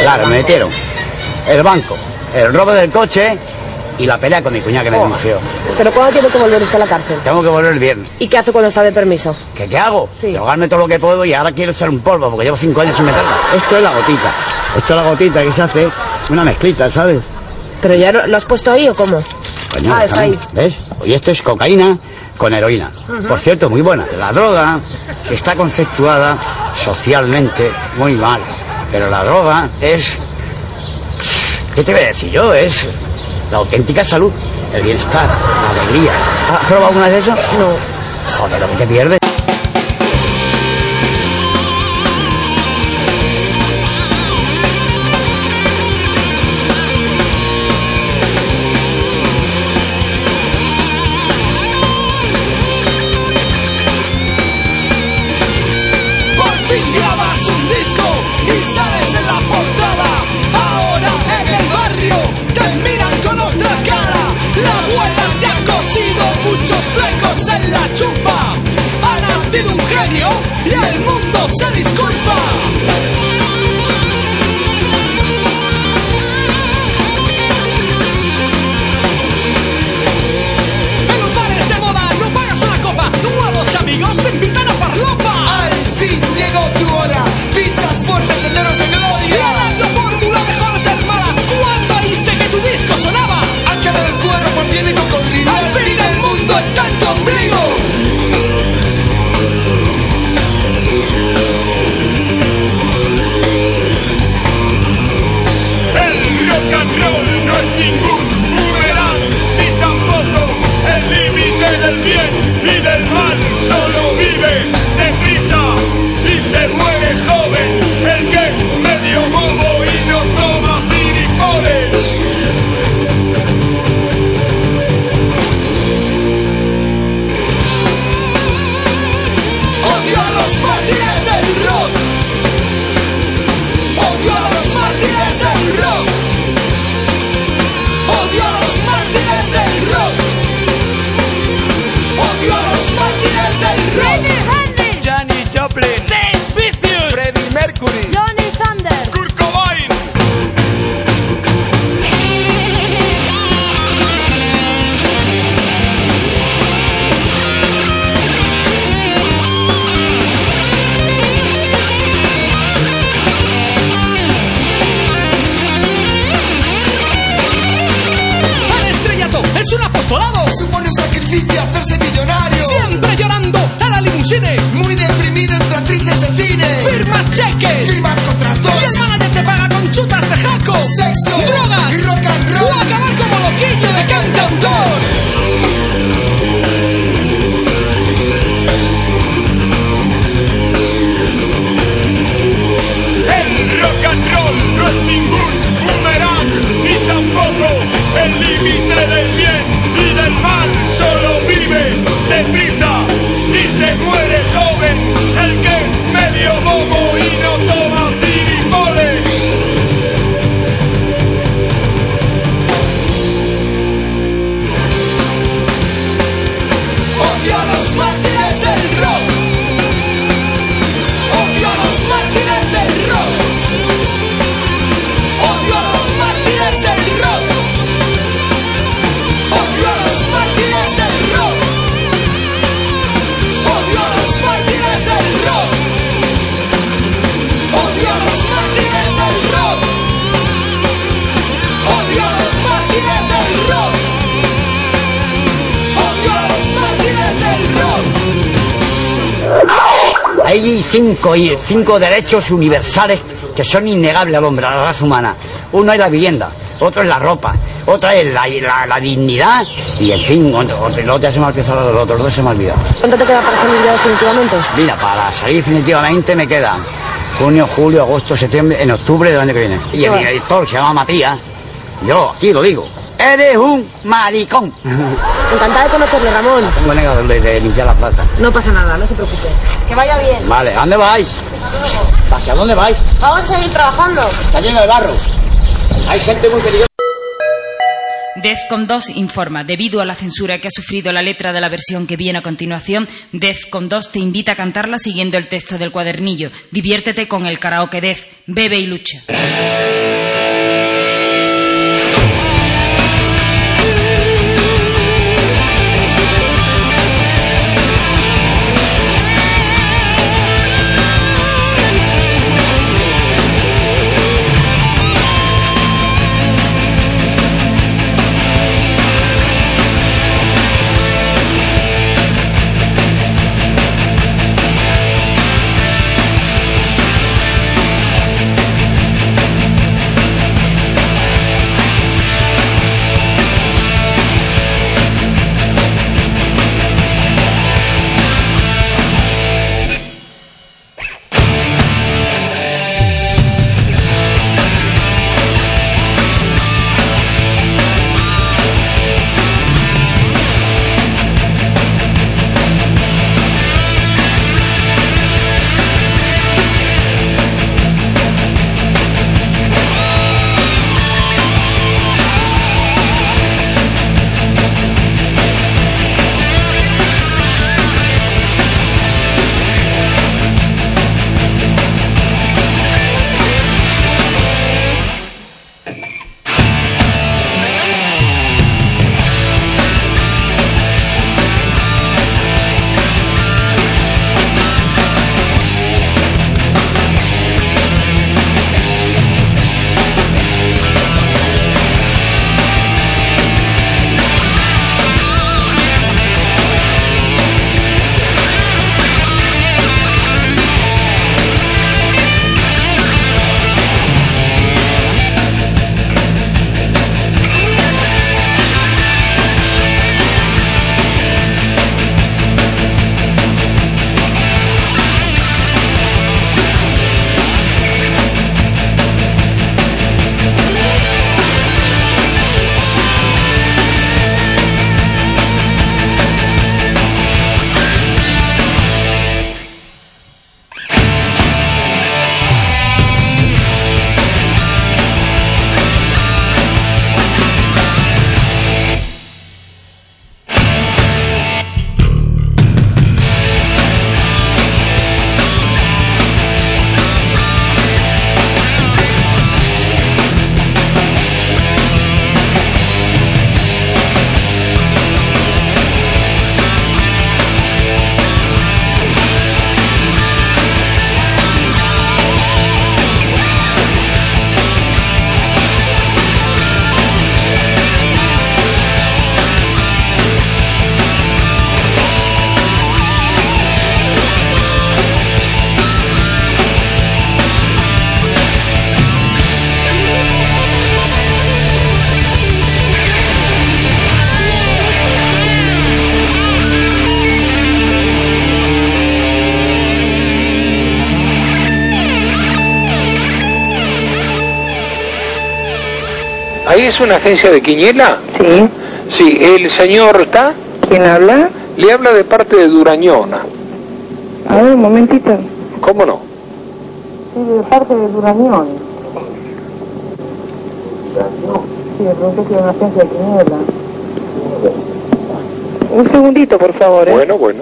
S13: Claro, me metieron el banco, el robo del coche y la pelea con mi cuñada que me denunció.
S12: ¿Pero cuándo tiene que volver usted a la cárcel?
S13: Tengo que volver el viernes.
S12: ¿Y qué hace cuando está de permiso?
S13: ¿Qué, qué hago? Sí. Ahogarme todo lo que puedo y ahora quiero echar un polvo porque llevo cinco años sin meterla. Esto es la gotita. Esto es la gotita que se hace una mezclita, ¿sabes?
S12: ¿Pero ya lo, lo has puesto ahí o cómo?
S13: Coño,
S12: ah, está ahí.
S13: ¿Ves? Y esto es cocaína con heroína. Uh-huh. Por cierto, muy buena. La droga está conceptuada socialmente muy mal. Pero la droga es... ¿Qué te voy a decir yo? Es la auténtica salud, el bienestar, la alegría. ¿Has probado alguna de eso?
S12: No.
S13: Joder, lo que te pierdes.
S4: Sales en la portada, ahora en el barrio te miran con otra cara. La abuela te ha cosido muchos flecos en la chupa. Ha nacido un genio y el mundo se disculpa. En los bares de moda no pagas una copa, nuevos amigos te invitan a farlopa. Al fin llegó tu hora, pisas fuertes senderos de gloria. La radio fórmula mejor de ser mala. ¿Cuándo oíste que tu disco sonaba? Has quedado el cuerpo tiene cocodrilo. Al fin el mundo está en tu ombligo.
S7: El rock and roll no es ningún boomerang, ni tampoco el límite del bien y del mal. Solo vive deprisa y se muere joven. El que es medio bobo y no toma gilipollas.
S4: Odio a los mártires del rock. Odio a los mártires del rock. Odio a los mártires del rock. Odio a los mártires del rock.
S11: Janis Joplin,
S4: Sid Vicious,
S11: Freddie Mercury,
S12: Johnny Thunder,
S7: Kurt Cobain.
S4: El estrellato es un apostolado.
S11: supone un sacrificio hacerse millonario.
S4: Siempre llorando a la limusine.
S11: Muy deprimido entre actrices de cine.
S4: Firmas cheques.
S11: Firmas contratos.
S4: Y el manager te paga con chutas de jaco.
S11: Sexo.
S4: Drogas.
S11: Y rock and roll.
S4: O acabar como loquillo de cantautor.
S7: El rock and roll no es ningún boomerang, ni tampoco el límite del bien y del mal. Solo vive deprisa y se muere joven. El que es medio bobo y no toma gilipollas.
S4: Odio a los mártires del rock. Odio a los mártires del rock. Odio a los mártires del rock. Odio a los mártires del rock. Odio a los mártires del rock. Odio a los mártires del rock. Odio a los mártires del rock. Odio a los mártires del rock.
S13: Hay cinco, cinco derechos universales que son innegables al hombre, a la raza humana. Uno es la vivienda, otro es la ropa, otra es la, la, la dignidad y, en fin, otro, otro, el otro ya se me ha olvidado, los otros dos se me ha olvidado.
S12: ¿Cuánto te queda para salir ya definitivamente?
S13: Mira, para salir definitivamente me quedan junio, julio, agosto, septiembre, en octubre del año que viene. Y el
S12: Bueno.
S13: director se llama Matías, yo aquí lo digo, eres un maricón.
S12: Encantada de conocerle, Ramón.
S13: Tengo negado de, de limpiar la plata.
S12: No pasa nada, no se preocupe. Que vaya bien.
S13: Vale, ¿a dónde vais? ¿Hacia dónde vais?
S12: Vamos a seguir trabajando.
S13: Está lleno de barro. Hay gente muy peligrosa.
S14: Defcon dos informa, debido a la censura que ha sufrido la letra de la versión que viene a continuación, Defcon dos te invita a cantarla siguiendo el texto del cuadernillo. Diviértete con el karaoke Def, bebe y lucha.
S5: ¿Ahí es una agencia de Quiniela?
S2: Sí.
S5: Sí, ¿el señor está?
S2: ¿Quién habla?
S5: Le habla de parte de Durañona.
S2: A ver, un momentito.
S5: ¿Cómo no?
S2: Sí, de parte de Durañón. Sí, de pronto que una agencia de Quiniela. Un segundito, por favor, ¿eh?
S5: Bueno, bueno.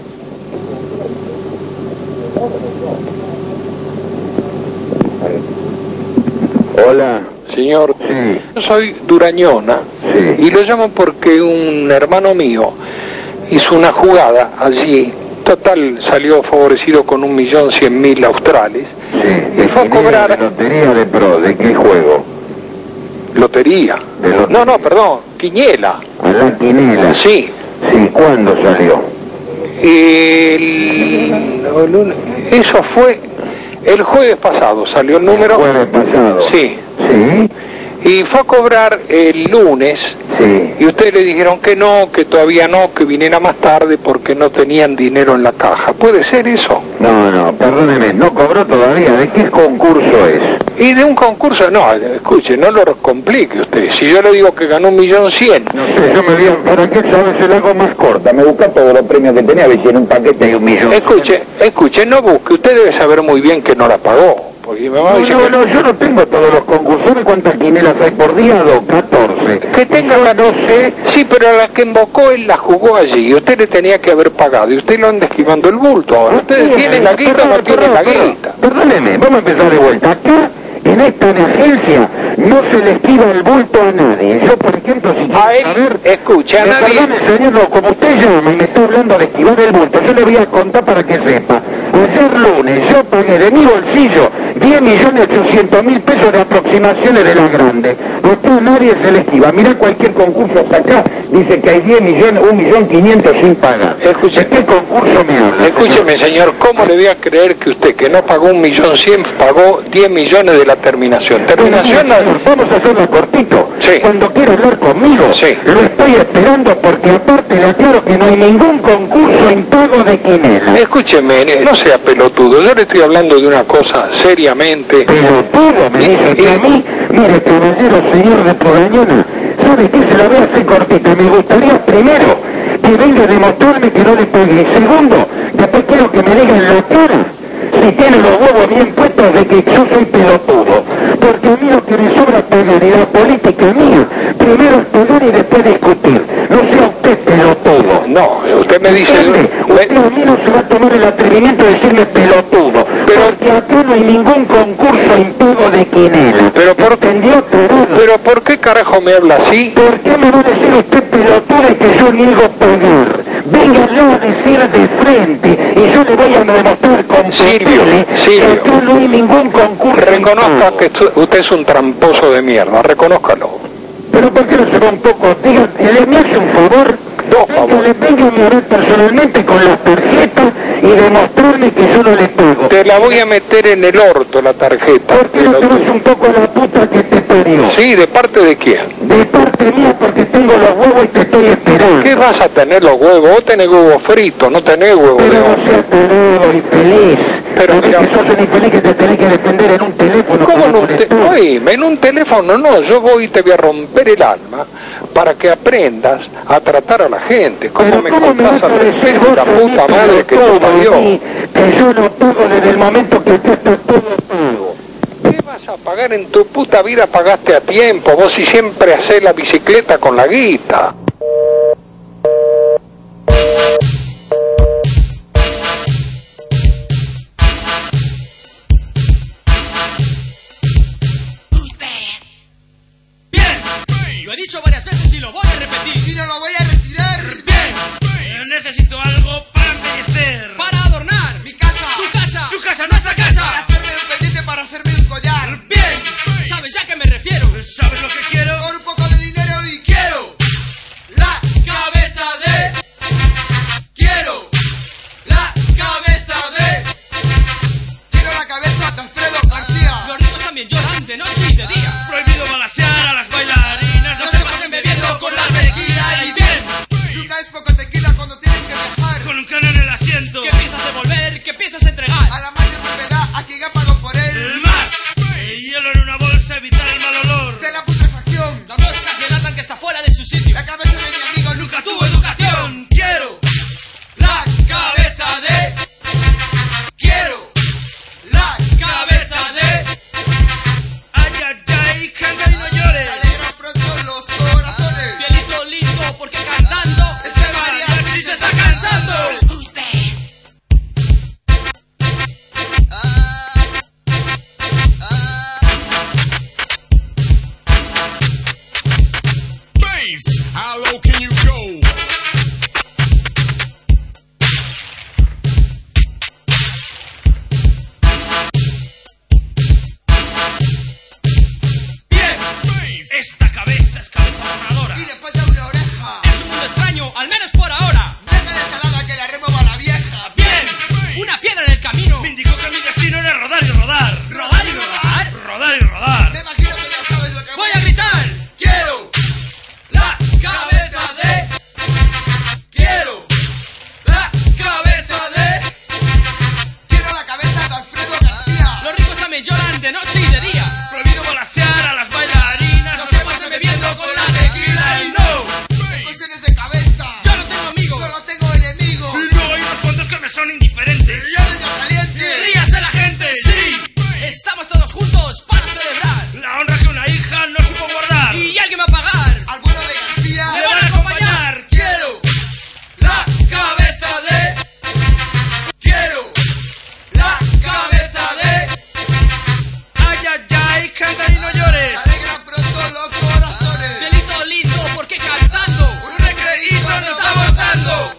S6: Hola.
S5: Señor,
S6: Sí.
S5: yo soy Durañona.
S6: Sí.
S5: Y lo llamo porque un hermano mío hizo una jugada allí. Total, salió favorecido con un millón cien mil australes.
S6: Sí.
S5: Y fue a cobrar...
S6: ¿De lotería de pro? ¿De qué juego?
S5: Lotería.
S6: De lotería.
S5: No, no, perdón, Quiniela.
S6: ¿A la quiniela?
S5: Sí.
S6: Sí, ¿cuándo salió?
S5: El... el lunes- Eso fue el jueves pasado, salió el número...
S6: Jueves pasado.
S5: Sí.
S6: Sí.
S5: Y fue a cobrar el lunes,
S6: Sí.
S5: y ustedes le dijeron que no, que todavía no, que viniera más tarde porque no tenían dinero en la caja. ¿Puede ser eso?
S6: No, no, perdóneme, no cobró todavía. ¿De qué concurso es?
S5: Y de un concurso, no, escuche, no lo complique usted. Si yo le digo que ganó un millón cien...
S6: No sé, yo me voy a... ¿Para qué sabes? Se la hago más corta. Me busca todos los premios que tenía, a ver si en un paquete de un millón.
S5: Escuche, escuche, no busque, usted debe saber muy bien que no la pagó. Porque mi mamá
S6: No,
S5: dice
S6: no,
S5: que...
S6: no, yo no tengo todos los concursos. ¿Sabe cuántas quinelas hay por día? Dos, catorce.
S5: Que tenga la... no sé. Sí, pero la que invocó él la jugó allí y usted le tenía que haber pagado y usted lo anda esquivando el bulto ahora. ¿Ustedes tienen la guita o no tienen la guita?
S6: Perdóneme, vamos a empezar de vuelta. Acá, en esta emergencia, no se le esquiva el bulto a nadie. Yo, por ejemplo, si
S5: A él,
S6: saber...
S5: escucha, a
S6: Me
S5: nadie...
S6: perdone, señor, no, como usted llama y me está hablando de esquivar el bulto, yo le voy a contar para que sepa. Ayer lunes yo pagué de mi bolsillo diez millones ochocientos mil pesos de aproximaciones de la grande. A usted nadie se le esquiva. Mira cualquier concurso hasta acá, dice que hay diez millones, un millón quinientos sin pagar.
S5: Escuche,
S6: ¿de qué concurso me habla?
S5: Escúcheme, señor, ¿cómo le voy a creer que usted, que no pagó un millón cien, pagó diez millones de la terminación? ¿Terminación?
S6: Bueno, señor, vamos a hacerlo cortito.
S5: Sí.
S6: Cuando quiera hablar conmigo,
S5: Sí.
S6: lo estoy esperando porque aparte le aclaro que no hay ningún concurso en pago de quinela.
S5: Escúcheme, no sea pelotudo, yo le estoy hablando de una cosa seriamente.
S6: Pelotudo, me dice que a mí, mire, caballero, señor de Podañona, ¿sabe qué? Se la voy a hacer cortita. Me gustaría primero que venga a demostrarme que no le pagué. Y segundo, después quiero que me diga en la cara si tiene los huevos bien puestos de que yo soy pelotudo. Porque a mí lo que me sobra es pagar, y la política mía, primero es pagar y después discutir. No sea usted pelotudo.
S5: No, usted me dice...
S6: ¿Entiende? Usted a mí no se va a tomar el atrevimiento de decirme pelotudo, porque acá no hay ningún concurso en pago de quinela.
S5: Pero por,
S6: ¿entendió, tarado?
S5: pero ¿por qué carajo me habla así?
S6: ¿Por qué me va a decir usted pelotudo y que yo niego pagar? Véngalo a decir de frente y yo le voy a demostrar con
S5: Silvio,
S6: papeles
S5: Silvio.
S6: que acá no hay ningún concurso en
S5: Reconozca
S6: pago.
S5: que estu- usted es un tramposo de mierda, reconózcalo.
S6: Pero ¿por qué no se va un poco? Diga, ¿le me hace un favor?
S5: Dos
S6: Venga,
S5: favores.
S6: le venga a mi hablar personalmente con las tarjetas y demostrarme que yo no le pago.
S5: Te la voy a meter en el orto la tarjeta.
S6: ¿Por qué no te vas un poco a la puta que te parió?
S5: Sí, ¿de parte de quién?
S6: De parte mía porque tengo los huevos y te estoy esperando.
S5: ¿Qué vas a tener los huevos? Vos tenés huevos fritos, no tenés huevos de
S6: Pero no
S5: hombre.
S6: seas tarado, infeliz.
S5: Pero
S6: Pero
S5: mira-
S6: que sos un infeliz que te tenés que defender en un teléfono.
S5: ¿Cómo
S6: para
S5: en un, te-
S6: molestar.
S5: Oíme, en un teléfono no? Yo voy y te voy a romper el alma para que aprendas a tratar a la gente. ¿Cómo
S6: Pero
S5: me
S6: ¿cómo me
S5: contás
S6: vas a
S5: al
S6: decir
S5: respeto,
S6: vos
S5: la
S6: a mí,
S5: puta madre que te
S6: pelotudo,
S5: parió?
S6: a mí, que yo no pago desde el momento que acá está todo pago?
S5: ¿Qué vas a pagar en tu puta vida? Pagaste a tiempo, vos si siempre hacés la bicicleta con la guita.
S4: Bien, lo he dicho varias veces y lo voy a repetir.
S11: Y no lo voy a retirar.
S4: Bien, necesito algo para embellecer. Para adornar mi casa. Tu casa. Su casa, nuestra casa.
S11: Para hacerme un pendiente, para hacerme un collar.
S4: Bien, ¿sabes ya a qué me refiero? ¿Sabes lo que quiero?
S11: Con un poco de dinero y quiero la cabeza de. Quiero la cabeza de. Quiero la cabeza de Alfredo García.
S4: Los niños también lloran de noche y de día. Prohibido balasear a las bailarinas. No se pasen bebiendo con la tequila y bien.
S11: Nunca es poco tequila cuando tienes que viajar. noche y de día.
S7: Prohibido volasear a las bailarinas.
S11: No se pasen bebiendo con la tequila y no. Cuestiones de cabeza. Yo no tengo amigos, solo tengo enemigos.
S7: Y luego hay unos cuantos que me son indiferentes.
S11: Y yo de ya caliente.
S7: ¡Ríase la gente!
S11: Sí, estamos todos juntos para celebrar
S7: la honra que una hija no supo guardar.
S11: Y alguien va a pagar. Al bueno de García
S7: le van a acompañar.
S11: Quiero la cabeza de. Quiero la cabeza de.
S7: Ay, ay, ay, canta y no llores.
S11: Se alegran pronto los corazones. Delito lindo porque cantando un recreíto nos estamos dando.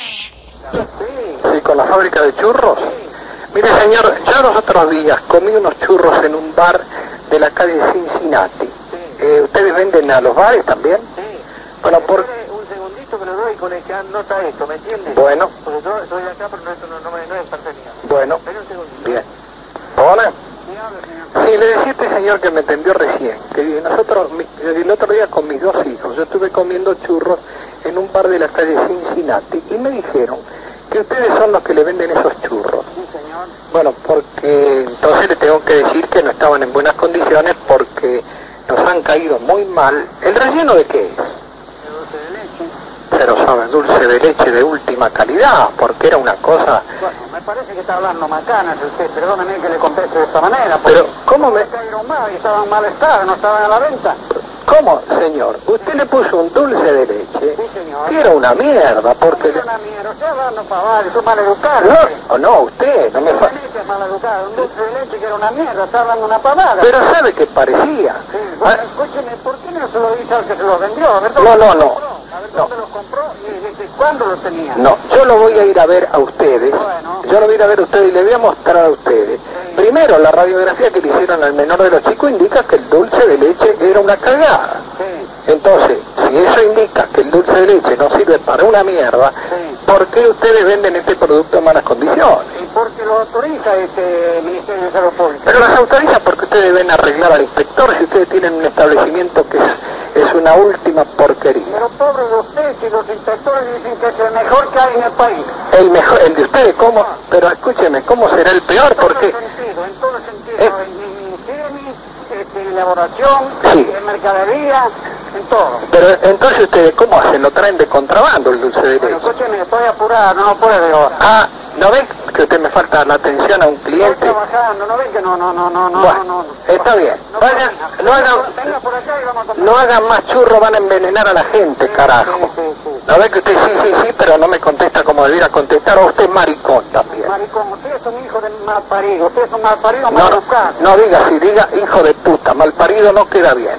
S5: Sí, con la fábrica de churros. Mire, señor, yo los otros días comí unos churros en un bar de la calle Cincinnati. Eh, ¿Ustedes venden a los bares también?
S15: Sí.
S5: Bueno, por...
S15: Un segundito que lo doy con el que anota esto, ¿me entiendes?
S5: Bueno.
S15: Porque yo soy de acá, pero no, esto no, no, me- no es parte mía.
S5: Bueno.
S15: Espera un segundito.
S5: Bien. Hola.
S15: Sí, habla, señor.
S5: Sí, le decía a este señor que me atendió recién, que nosotros, mi- el otro día con mis dos hijos, yo estuve comiendo churros en un bar de la calle Cincinnati y me dijeron que ustedes son los que le venden esos churros.
S15: Sí, señor.
S5: Bueno, porque entonces le tengo que decir que no estaban en buenas condiciones porque nos han caído muy mal. ¿El relleno de qué es?
S15: De dulce de leche.
S5: Pero sabe, dulce de leche de última calidad, porque era una cosa...
S15: Bueno, me parece que está hablando macanas usted. Perdóneme que le conteste de esta manera. Porque
S5: Pero, ¿cómo me...?
S15: cayeron mal y estaban en mal estado, no estaban a la venta.
S5: ¿Cómo, señor? Usted le puso un dulce de leche
S15: Sí, señor.
S5: que era una mierda, porque...
S15: Es una mierda, usted hablando pavada, es un mal educado.
S5: No, o no, usted, no me... fa-
S15: Leche es mal educado, un dulce de leche que era una mierda, está hablando una pavada.
S5: Pero sabe que parecía.
S15: Sí, bueno,
S5: Ah,
S15: escúcheme, ¿por qué no se lo dice al que se lo vendió? A ver,
S5: No,
S15: ¿dónde
S5: no,
S15: lo
S5: no.
S15: compró? A ver, ¿dónde los compró y desde cuándo los tenía?
S5: No, yo lo voy a ir a ver a ustedes.
S15: Bueno.
S5: Yo lo voy a ir a ver a ustedes y le voy a mostrar a ustedes. Primero, la radiografía que le hicieron al menor de los chicos indica que el dulce de leche era una cagada.
S15: Sí,
S5: Entonces, si eso indica que el dulce de leche no sirve para una mierda,
S15: sí.
S5: ¿por qué ustedes venden este producto en malas condiciones?
S15: ¿Y por qué lo autoriza este Ministerio de Salud Pública?
S5: Pero las autorizan porque ustedes deben arreglar al inspector si ustedes tienen un establecimiento que es, es una última porquería.
S15: Pero pobre de usted, si los inspectores dicen que es el mejor que hay en el país.
S5: El mejor, el de ustedes, ¿cómo? Pero escúcheme, ¿cómo será el peor?
S15: En todo
S5: Porque...
S15: sentido, en todo sentido,
S5: Eh.
S15: en, en higiene, este, en elaboración,
S5: Sí.
S15: en mercadería, en todo.
S5: Pero entonces ustedes, ¿cómo hacen? ¿Lo traen de contrabando el dulce de
S15: Bueno,
S5: leche?
S15: escúcheme, estoy apurado, no puede ahora.
S5: Ah, ¿no ven que usted me falta la atención a un
S15: Estoy
S5: cliente?
S15: trabajando, ¿no ven que no, no, no, no, no,
S5: Bueno,
S15: no, no?
S5: está bien.
S15: No,
S5: Vayan,
S15: venga,
S5: no hagan,
S15: venga por acá y vamos a comprar.
S5: no hagan más churros, van a envenenar a la gente, carajo.
S15: Sí, sí, sí.
S5: ¿No ven que usted sí, sí, sí, pero no me contesta como debiera contestar? O usted es maricón también.
S15: Maricón, usted es un hijo de mal parido, usted es un mal parido,
S5: No,
S15: mal
S5: no,
S15: educado.
S5: no diga así, diga hijo de puta, mal parido no queda bien.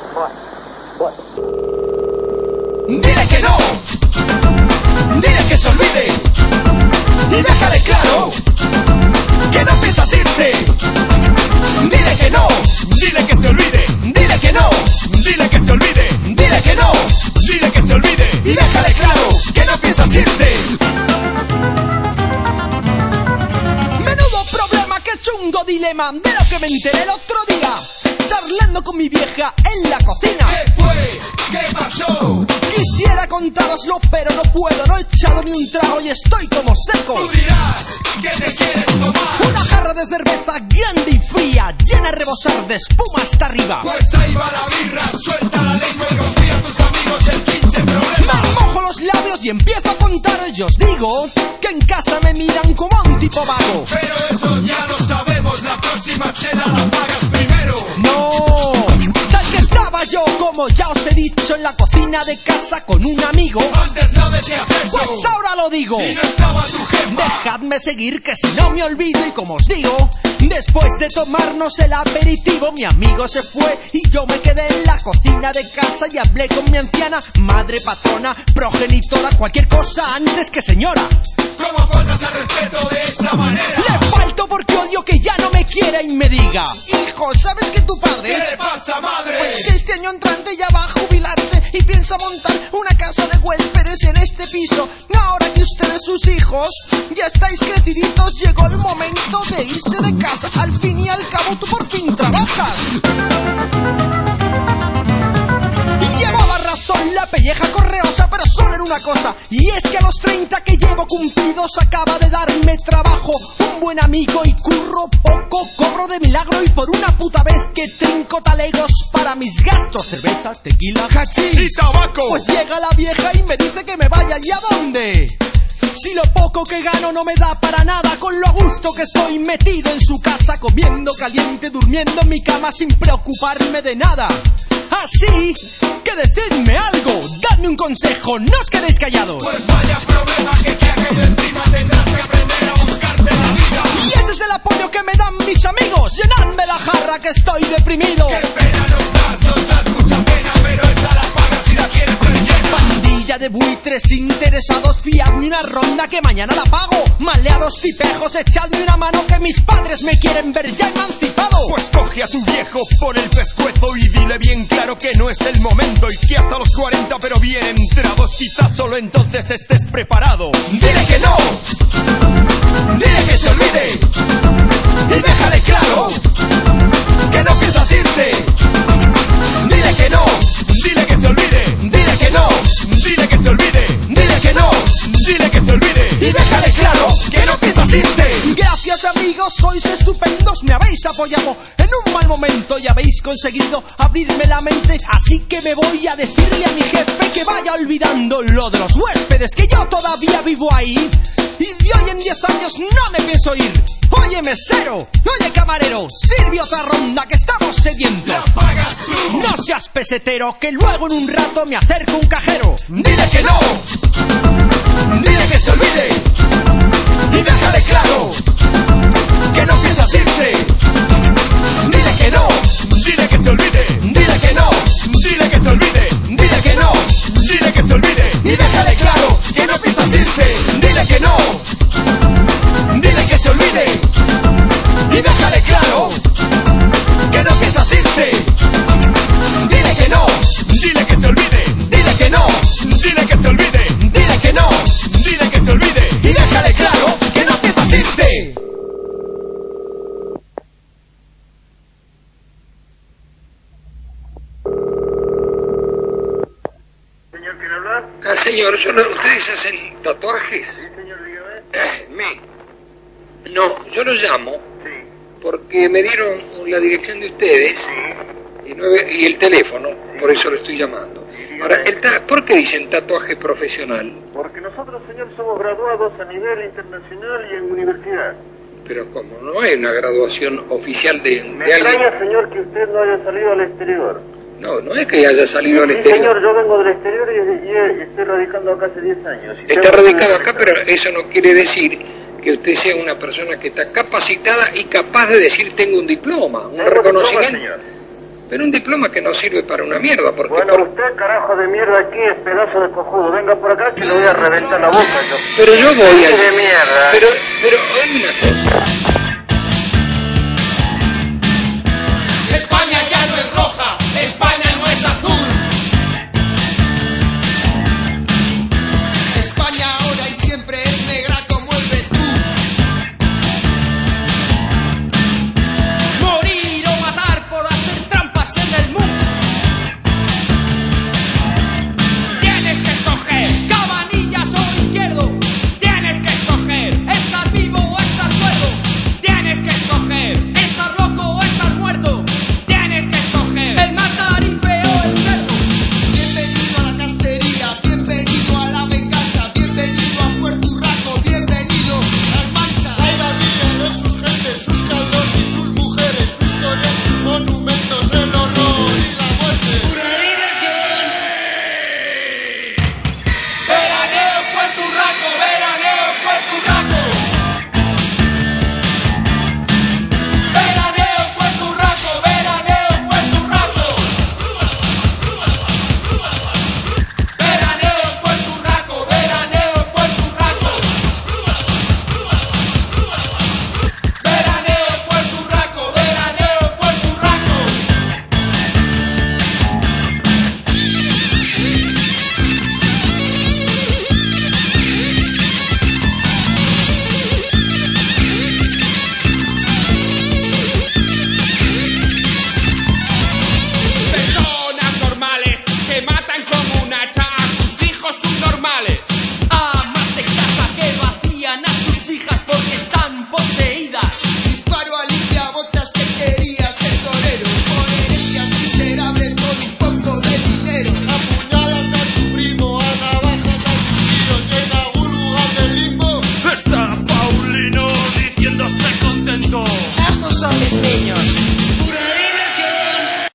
S4: Dile que no, dile que se olvide y déjale claro que no piensas irte. Dile que no,
S7: Dile que se olvide,
S4: dile que no,
S7: dile que se olvide,
S4: dile que no
S7: dile que se olvide.
S4: y déjale claro que no piensas irte. Menudo problema, qué chungo dilema de lo que me enteré el otro día, charlando con mi vieja en la cocina.
S7: ¿Qué fue? ¿Qué pasó?
S4: Quisiera contároslo, pero no puedo, no he echado ni un trago y estoy como seco.
S7: Tú dirás que te quieres tomar.
S4: Una jarra de cerveza grande y fría, llena a rebosar de espuma hasta arriba.
S7: Pues ahí va la birra, suelta la lengua y confía a tus amigos el pinche problema.
S4: Me mojo los labios y empiezo a contar. Yo os digo que en casa me miran como a un tipo vago.
S7: Pero eso ya lo sabemos, la próxima chela la pagas primero.
S4: No, tal que estaba yo, como ya os he dicho, en la cocina de casa con un amigo.
S7: Antes no decías eso.
S4: Pues ahora lo digo.
S7: Y no estaba tu jefa.
S4: Dejadme seguir que si no me olvido y como os digo, después de tomarnos el aperitivo mi amigo se fue y yo me quedé en la cocina de casa y hablé con mi anciana madre, patrona, progenitora, cualquier cosa antes que señora.
S7: ¿Cómo faltas al respeto de esa manera?
S4: Le falto porque odio que ya no me quiera y me diga: hijo, ¿sabes que tu padre?
S7: ¿Qué le pasa, madre?
S4: Pues que este año entrante ya va a jubilarse y piensa montar una casa de huéspedes en este piso. Ahora que ustedes, sus hijos, ya estáis creciditos, llegó el momento de irse de casa. Al fin y al cabo tú por fin trabajas. Y llevaba razón la pelleja correosa, pero solo era una cosa, y es que a los treinta que llevo cumplidos acaba de darme trabajo un buen amigo y curro poco, cobro de milagro y por una puta vez que trinco talegos para mis gastos, cerveza, tequila, hachís
S7: y tabaco.
S4: Pues llega la vieja y me dice que me vaya, ¿y a dónde? Si lo poco que gano no me da para nada, con lo a gusto que estoy metido en su casa, comiendo caliente, durmiendo en mi cama sin preocuparme de nada. Así que decidme algo, dadme un consejo, no os quedéis callados.
S7: Pues vaya problema que te ha caído encima, tendrás que aprender a buscarte la vida.
S4: Y ese es el apoyo que me dan mis amigos, llenadme la jarra que estoy deprimido.
S7: Qué pena nos das, nos das mucha pena, pero esa la pagas si la quieres rellena.
S4: Pandilla de buitres interesados, fiadme una ronda que mañana la pago. Maleados tipejos, echadme una mano que mis padres me quieren ver ya emancipado.
S7: Pues coge a tu viejo por el pescuezo y dile bien claro que no es el momento y que hasta los cuarenta pero bien entrados, quizás solo entonces estés preparado. Dile que no, dile que se olvide y déjale claro que no piensas irte. Dile que no, dile que se olvide, dile que no, dile que se olvide, dile que no, dile que se olvide y déjale claro que no piensas irte.
S4: Gracias amigos, sois estupendos, me habéis apoyado en un mal momento y habéis conseguido abrirme la mente, así que me voy a decirle a mi jefe que vaya olvidando lo de los huéspedes, que yo todavía vivo ahí y de hoy en diez años no me pienso ir. Oye mesero, oye camarero, sirve otra ronda que estamos sedientos.
S7: La pagas tú.
S4: No seas pesetero, que luego en un rato me acerco un cajero.
S7: Dile que no, dile que se olvide y déjale claro que no piensas irte. Dile que no, dile que se olvide, dile que no, dile que se olvide, dile que no, dile que se olvide y déjale claro que no piensas irte. Dile que no, dile que se olvide y déjale claro que no piensas irte. Dile que no, dile que se olvide, dile que no, dile que se olvide, dile que no, dile que se olvide y déjale claro que no piensas irte.
S2: Señor, ¿quiere hablar?
S6: Ah, señor, yo no, ¿ustedes hacen tatuajes?
S2: Sí, señor, dígame.
S6: Eh, me. No, yo lo llamo porque me dieron la dirección de ustedes y, nueve, y el teléfono, por eso lo estoy llamando. Ahora, el ta ¿por qué dicen tatuaje profesional?
S2: Porque nosotros, señor, somos graduados a nivel internacional y en universidad.
S6: Pero ¿cómo? No hay una graduación oficial de,
S2: Me
S6: de alguien.
S2: extraña, señor, que usted no haya salido al exterior.
S6: No, no es que haya salido al
S2: Sí,
S6: exterior.
S2: señor, yo vengo del exterior y, y- y estoy radicando acá hace diez años. Y
S6: Está
S2: tengo-
S6: radicado acá, pero eso no quiere decir que usted sea una persona que está capacitada y capaz de decir tengo un diploma, un
S2: Tengo
S6: reconocimiento.
S2: diploma, señor.
S6: Pero un diploma que no sirve para una mierda, porque
S2: Bueno,
S6: por-
S2: usted, carajo de mierda, aquí es pedazo de cojudo. Venga por acá que le voy a reventar la boca yo.
S6: pero yo voy a...
S2: de mierda.
S6: Pero, pero, oye una cosa.